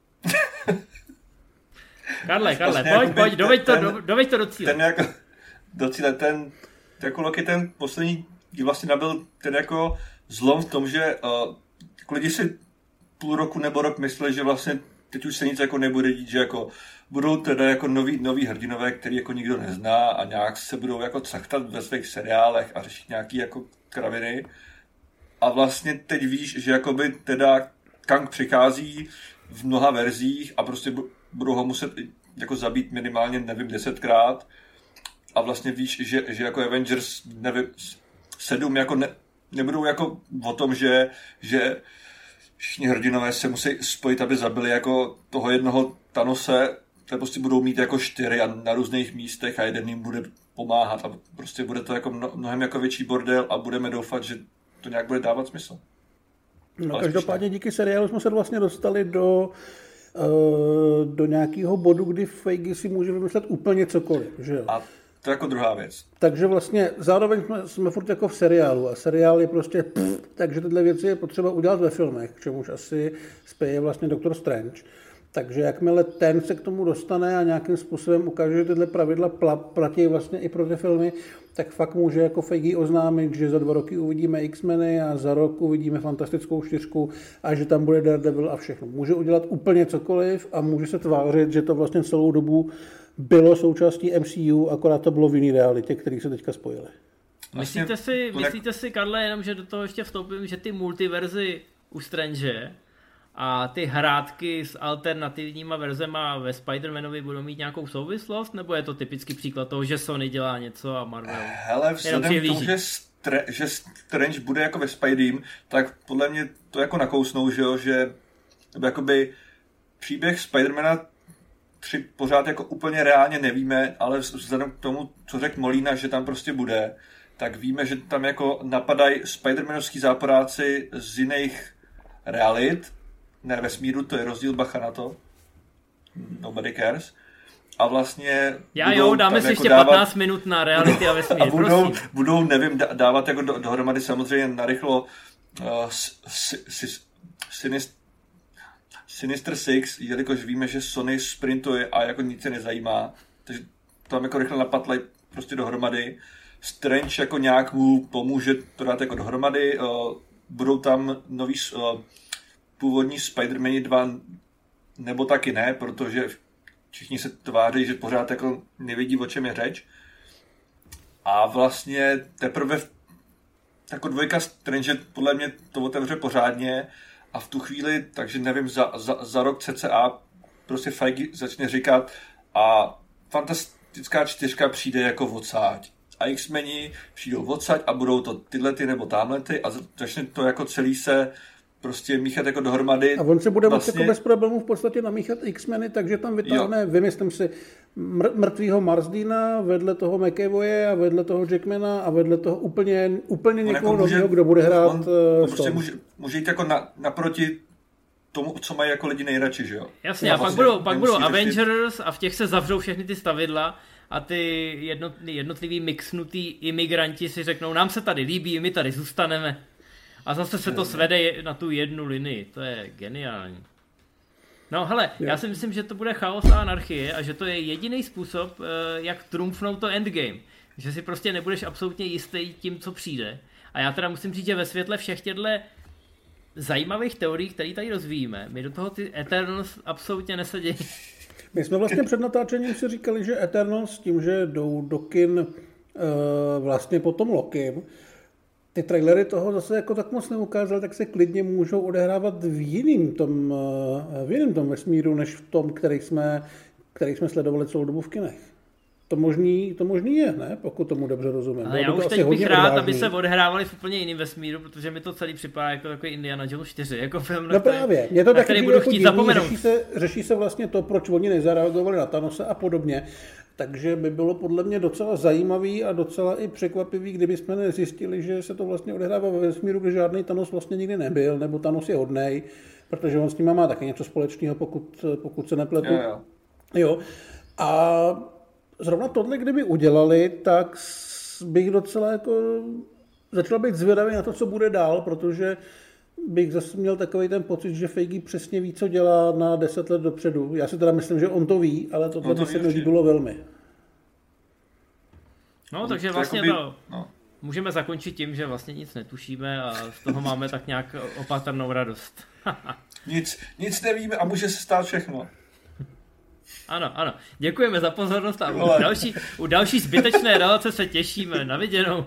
Karle, pojď, doveď to do cíle. Ten jako, do cíle, ten jako Loki, ten poslední díl vlastně nabyl ten jako zlom v tom, že lidi si půl roku nebo rok mysleli, že vlastně teď už se nic jako nebude dít, že jako budou teda jako noví hrdinové, který jako nikdo nezná a nějak se budou jako cachtat ve svých seriálech a řešit nějaký jako kraviny. A vlastně teď víš, že jakoby teda Kang přichází v mnoha verzích a prostě budou ho muset jako zabít minimálně, nevím, 10krát. A vlastně víš, že jako Avengers, nevím, 7 jako nebudou jako o tom, že všichni hrdinové se musí spojit, aby zabili jako toho jednoho Thanose, tak prostě budou mít jako 4 a na různých místech a jeden jim bude pomáhat a prostě bude to jako mnohem jako větší bordel a budeme doufat, že to nějak bude dávat smysl. No každopádně díky seriálu jsme se vlastně dostali do nějakého bodu, kdy Feige si může vymyslet úplně cokoliv, že jo? A to je jako druhá věc. Takže vlastně zároveň jsme furt jako v seriálu a seriál je prostě takže tyhle věci je potřeba udělat ve filmech, k čemuž asi spěje vlastně Doctor Strange. Takže jakmile ten se k tomu dostane a nějakým způsobem ukáže, že tyhle pravidla platí vlastně i pro ty filmy, tak fakt může jako Feige oznámit, že za 2 roky uvidíme X-meny a za rok uvidíme Fantastickou 4 a že tam bude Daredevil a všechno. Může udělat úplně cokoliv a může se tvářit, že to vlastně celou dobu bylo součástí MCU, akorát to bylo v jiný realitě, který se teďka spojili. Myslíte si, Karle, jenom, že do toho ještě vstoupím, že ty multiverzy u Strange a ty hrátky s alternativníma verzema ve Spider-Manovi budou mít nějakou souvislost, nebo je to typický příklad toho, že Sony dělá něco a Marvel? Hele, vzhledem k tomu, že Strange bude jako ve Spideym, tak podle mě to jako nakousnou, že jo, že jakoby příběh Spidermana 3 pořád jako úplně reálně nevíme, ale vzhledem k tomu, co řekl Molina, že tam prostě bude, tak víme, že tam jako napadají Spidermanovský záporáci z jiných realit, ne vesmíru, to je rozdíl, bacha na to. Nobody cares. A vlastně dáme si ještě 15 minut na reality a vesmír. A budou, nevím, dávat jako dohromady samozřejmě narychlo Sinister Six, jelikož víme, že Sony sprintuje a jako nic se nezajímá, takže tam jako rychle napatlají prostě dohromady. Strange jako nějak mu pomůže to dát jako dohromady. Budou tam nový původní Spider-Man 2 nebo taky ne, protože všichni se tváří, že pořád jako nevědí, o čem je řeč. A vlastně teprve jako 2 Strange podle mě to otevře pořádně a v tu chvíli, takže nevím, za rok cca prostě Feige začne říkat a Fantastická 4 přijde jako odsáď. A X-meni přijdou odsaď a budou to tyhlety nebo tamhlety a začne to jako celý se prostě míchat jako dohromady. A on se bude vlastně jako bez problémů v podstatě namíchat X-meny, takže tam vytáhne, vymyslím si, mrtvýho Marsdena, vedle toho McAvoye a vedle toho Jackmana a vedle toho úplně někoho jako nového, kdo bude hrát. On prostě může jít jako naproti tomu, co mají jako lidi nejradši, že jo? Jasně, a pak budou Avengers a v těch se zavřou všechny ty stavidla a ty jednotlivý mixnutý imigranti si řeknou, nám se tady líbí, my tady zůstaneme. A zase se to svede na tu jednu linii. To je geniální. No hele, já si myslím, že to bude chaos a anarchie a že to je jediný způsob, jak trumfnout to endgame. Že si prostě nebudeš absolutně jistý tím, co přijde. A já teda musím říct, že ve světle všech těchto zajímavých teorií, které tady rozvíjíme, my do toho ty Eternals absolutně nesedí. My jsme vlastně před natáčením si říkali, že Eternals tím, že jdou do kin vlastně potom Lokim, ty trailery toho zase jako tak moc neukázaly, tak se klidně můžou odehrávat v jiném tom vesmíru, než v tom, který jsme sledovali celou dobu v kinech. To možný je, ne? Pokud tomu dobře rozumím. Ale já už teď bych rád, aby se odehrávali v úplně jiném vesmíru, protože mi to celý připadá jako takový Indiana Jones 4, jako film, no právě. Mě to na který budu chtít zapomenout. Řeší se vlastně to, proč oni nezareagovali na Thanose a podobně. Takže by bylo podle mě docela zajímavý a docela i překvapivý, kdyby jsme nezjistili, že se to vlastně odehrává ve vesmíru, kde žádný Thanos vlastně nikdy nebyl, nebo Thanos je hodnej, protože on s ním má taky něco společného, pokud se nepletu. Jo. A zrovna tohle, kdyby udělali, tak bych docela jako začal být zvědavý na to, co bude dál, protože bych zase měl takový ten pocit, že Feige přesně ví, co dělá na 10 let dopředu. Já si teda myslím, že on to ví, ale tohle by se mi líbilo velmi. No, takže vlastně můžeme zakončit tím, že vlastně nic netušíme a z toho máme tak nějak opatrnou radost. Nic nevíme a může se stát všechno. Ano. Děkujeme za pozornost a u další zbytečné relace se těšíme. Na viděnou.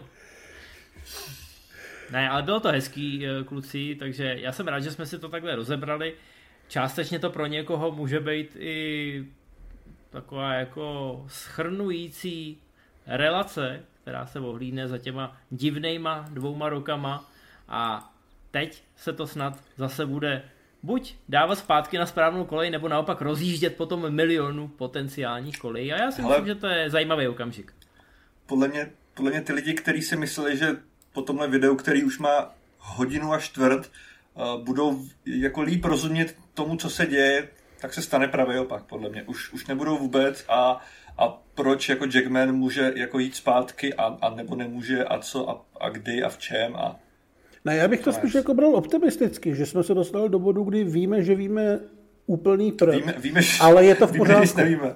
Ne, ale bylo to hezký, kluci, takže já jsem rád, že jsme si to takhle rozebrali. Částečně to pro někoho může být i taková jako shrnující relace, která se ohlídne za těma divnejma 2 rokama a teď se to snad zase bude buď dávat zpátky na správnou kolej, nebo naopak rozjíždět po tom milionu potenciálních kolejí. A já si myslím, že to je zajímavý okamžik. Podle mě ty lidi, kteří si mysleli, že po tomhle videu, který už má 1.25 hodin, budou jako líp rozumět tomu, co se děje, tak se stane pravý opak, podle mě. Už nebudou vůbec a proč jako Jackman může jako jít zpátky a nebo nemůže a co a kdy a v čem a... Ne, já bych to spíš jako bral optimisticky, že jsme se dostali do bodu, kdy víme, že víme úplný víme, ale je to v pořádku. Nevíme.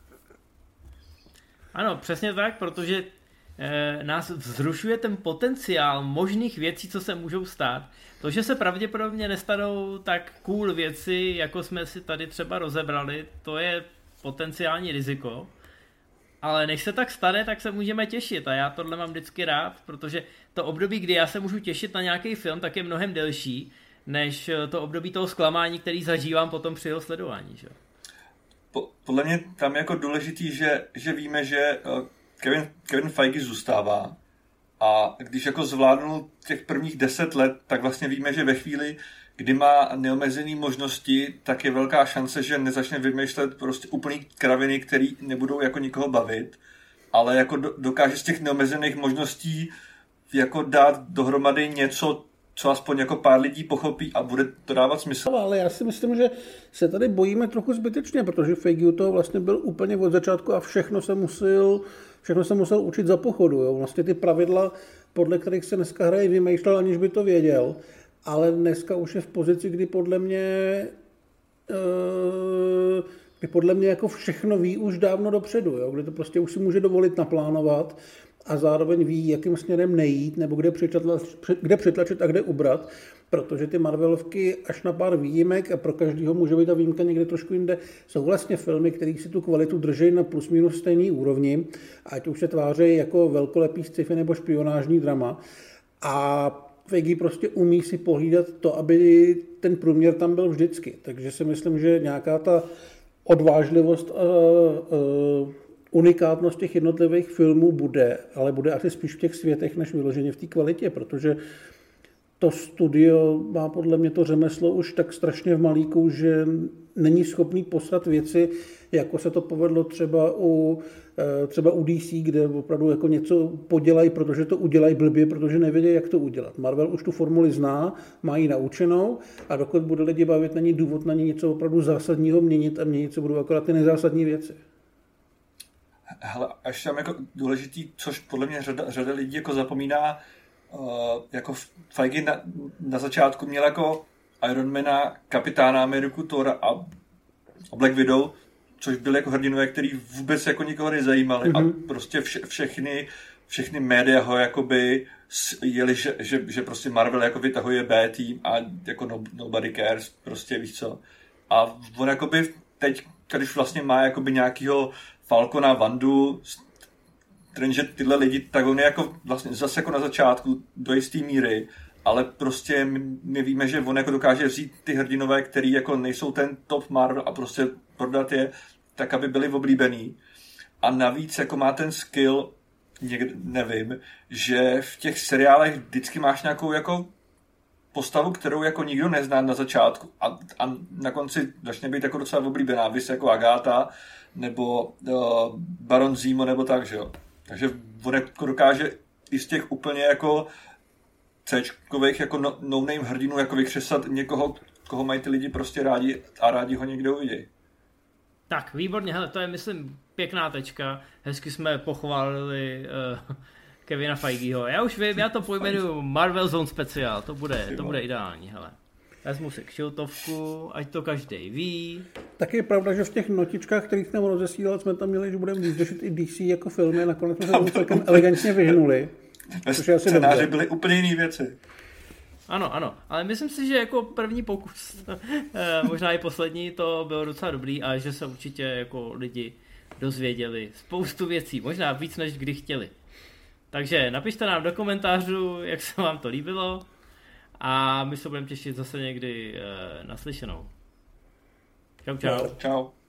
Ano, přesně tak, protože nás vzrušuje ten potenciál možných věcí, co se můžou stát. To, že se pravděpodobně nestanou tak cool věci, jako jsme si tady třeba rozebrali, to je potenciální riziko. Ale než se tak stane, tak se můžeme těšit a já tohle mám vždycky rád, protože to období, kdy já se můžu těšit na nějaký film, tak je mnohem delší, než to období toho zklamání, který zažívám potom při jeho sledování. Že? Podle mě tam je jako důležitý, že víme, že Kevin Feige zůstává A když jako zvládnul těch prvních 10 let, tak vlastně víme, že ve chvíli, kdy má neomezené možnosti, tak je velká šance, že nezačne vymýšlet prostě úplný kraviny, které nebudou jako nikoho bavit, ale jako dokáže z těch neomezených možností jako dát dohromady něco, co aspoň jako pár lidí pochopí a bude to dávat smysl. Ale já si myslím, že se tady bojíme trochu zbytečně, protože Feige toho vlastně byl úplně od začátku a všechno se musel učit za pochodu. Jo. Vlastně ty pravidla, podle kterých se dneska hraje, vymýšlel, aniž by to věděl. Ale dneska už je v pozici, kdy podle mě jako všechno ví už dávno dopředu, jo? Kdy to prostě už si může dovolit naplánovat a zároveň ví, jakým směrem nejít, nebo kde přitlačit a kde ubrat, protože ty Marvelovky až na pár výjimek, a pro každého může být ta výjimka někde trošku jinde, jsou vlastně filmy, které si tu kvalitu drží na plus minus stejný úrovni, ať už se tváří jako velkolepý sci-fi nebo špionážní drama. A Feige prostě umí si pohlídat to, aby ten průměr tam byl vždycky. Takže si myslím, že nějaká ta odvážlivost a unikátnost těch jednotlivých filmů bude, ale bude asi spíš v těch světech, než vyloženě v té kvalitě, protože to studio má podle mě to řemeslo už tak strašně v malíku, že není schopný poslat věci, jako se to povedlo třeba u DC, kde opravdu jako něco podělají, protože to udělají blbě, protože nevědí, jak to udělat. Marvel už tu formuli zná, má ji naučenou a dokud bude lidi bavit, není důvod na ní něco opravdu zásadního měnit a měnit se budou akorát ty nezásadní věci. Hele, až tam jako důležitý, což podle mě řada lidí jako zapomíná, jako Feige na začátku měl jako Ironmana, Kapitána Ameriku, Thora a Black Widow, což byly jako hrdinové, který vůbec jako nikoho nezajímali a prostě všechny média ho jakoby jeli, že prostě Marvel jako vytahuje B tým a jako nobody cares, prostě víš co. A on jakoby teď, když vlastně má jakoby nějakýho Falcona, Wandu, že tyhle lidi, tak on je jako vlastně zase jako na začátku do jisté míry, ale prostě my víme, že on jako dokáže vzít ty hrdinové, který jako nejsou ten top Marvel a prostě prodat je tak, aby byli oblíbený. A navíc jako má ten skill, nevím, že v těch seriálech vždycky máš nějakou jako postavu, kterou jako nikdo nezná na začátku a na konci začne být jako docela oblíbená, vys jako Agatha nebo Baron Zemo nebo tak, že jo. Takže on jako dokáže i z těch úplně jako C-čkových jako no-name hrdinů jako vykřesat někoho, koho mají ty lidi prostě rádi a rádi ho někde uvidějí. Tak, výborně, hele, to je, myslím, pěkná tečka. Hezky jsme pochválili Kevina Feigeho. Já už vím, já to pojmenuju Marvel Zone Special, to bude ideální, hele. Vezmu si kšiltovku, ať to každý ví. Tak je pravda, že v těch notičkách, kterých jsme rozesílali, jsme tam měli, že budeme vyřešit i DC jako filmy a nakonec jsme se tomu celkem elegantně vyhnuli. Ve scénáři byly úplně jiné věci. Ano, ale myslím si, že jako první pokus, možná i poslední, to bylo docela dobrý a že se určitě jako lidi dozvěděli spoustu věcí, možná víc, než kdy chtěli. Takže napište nám do komentářů, jak se vám to líbilo a my se budeme těšit zase někdy naslyšenou. Čau. Čau.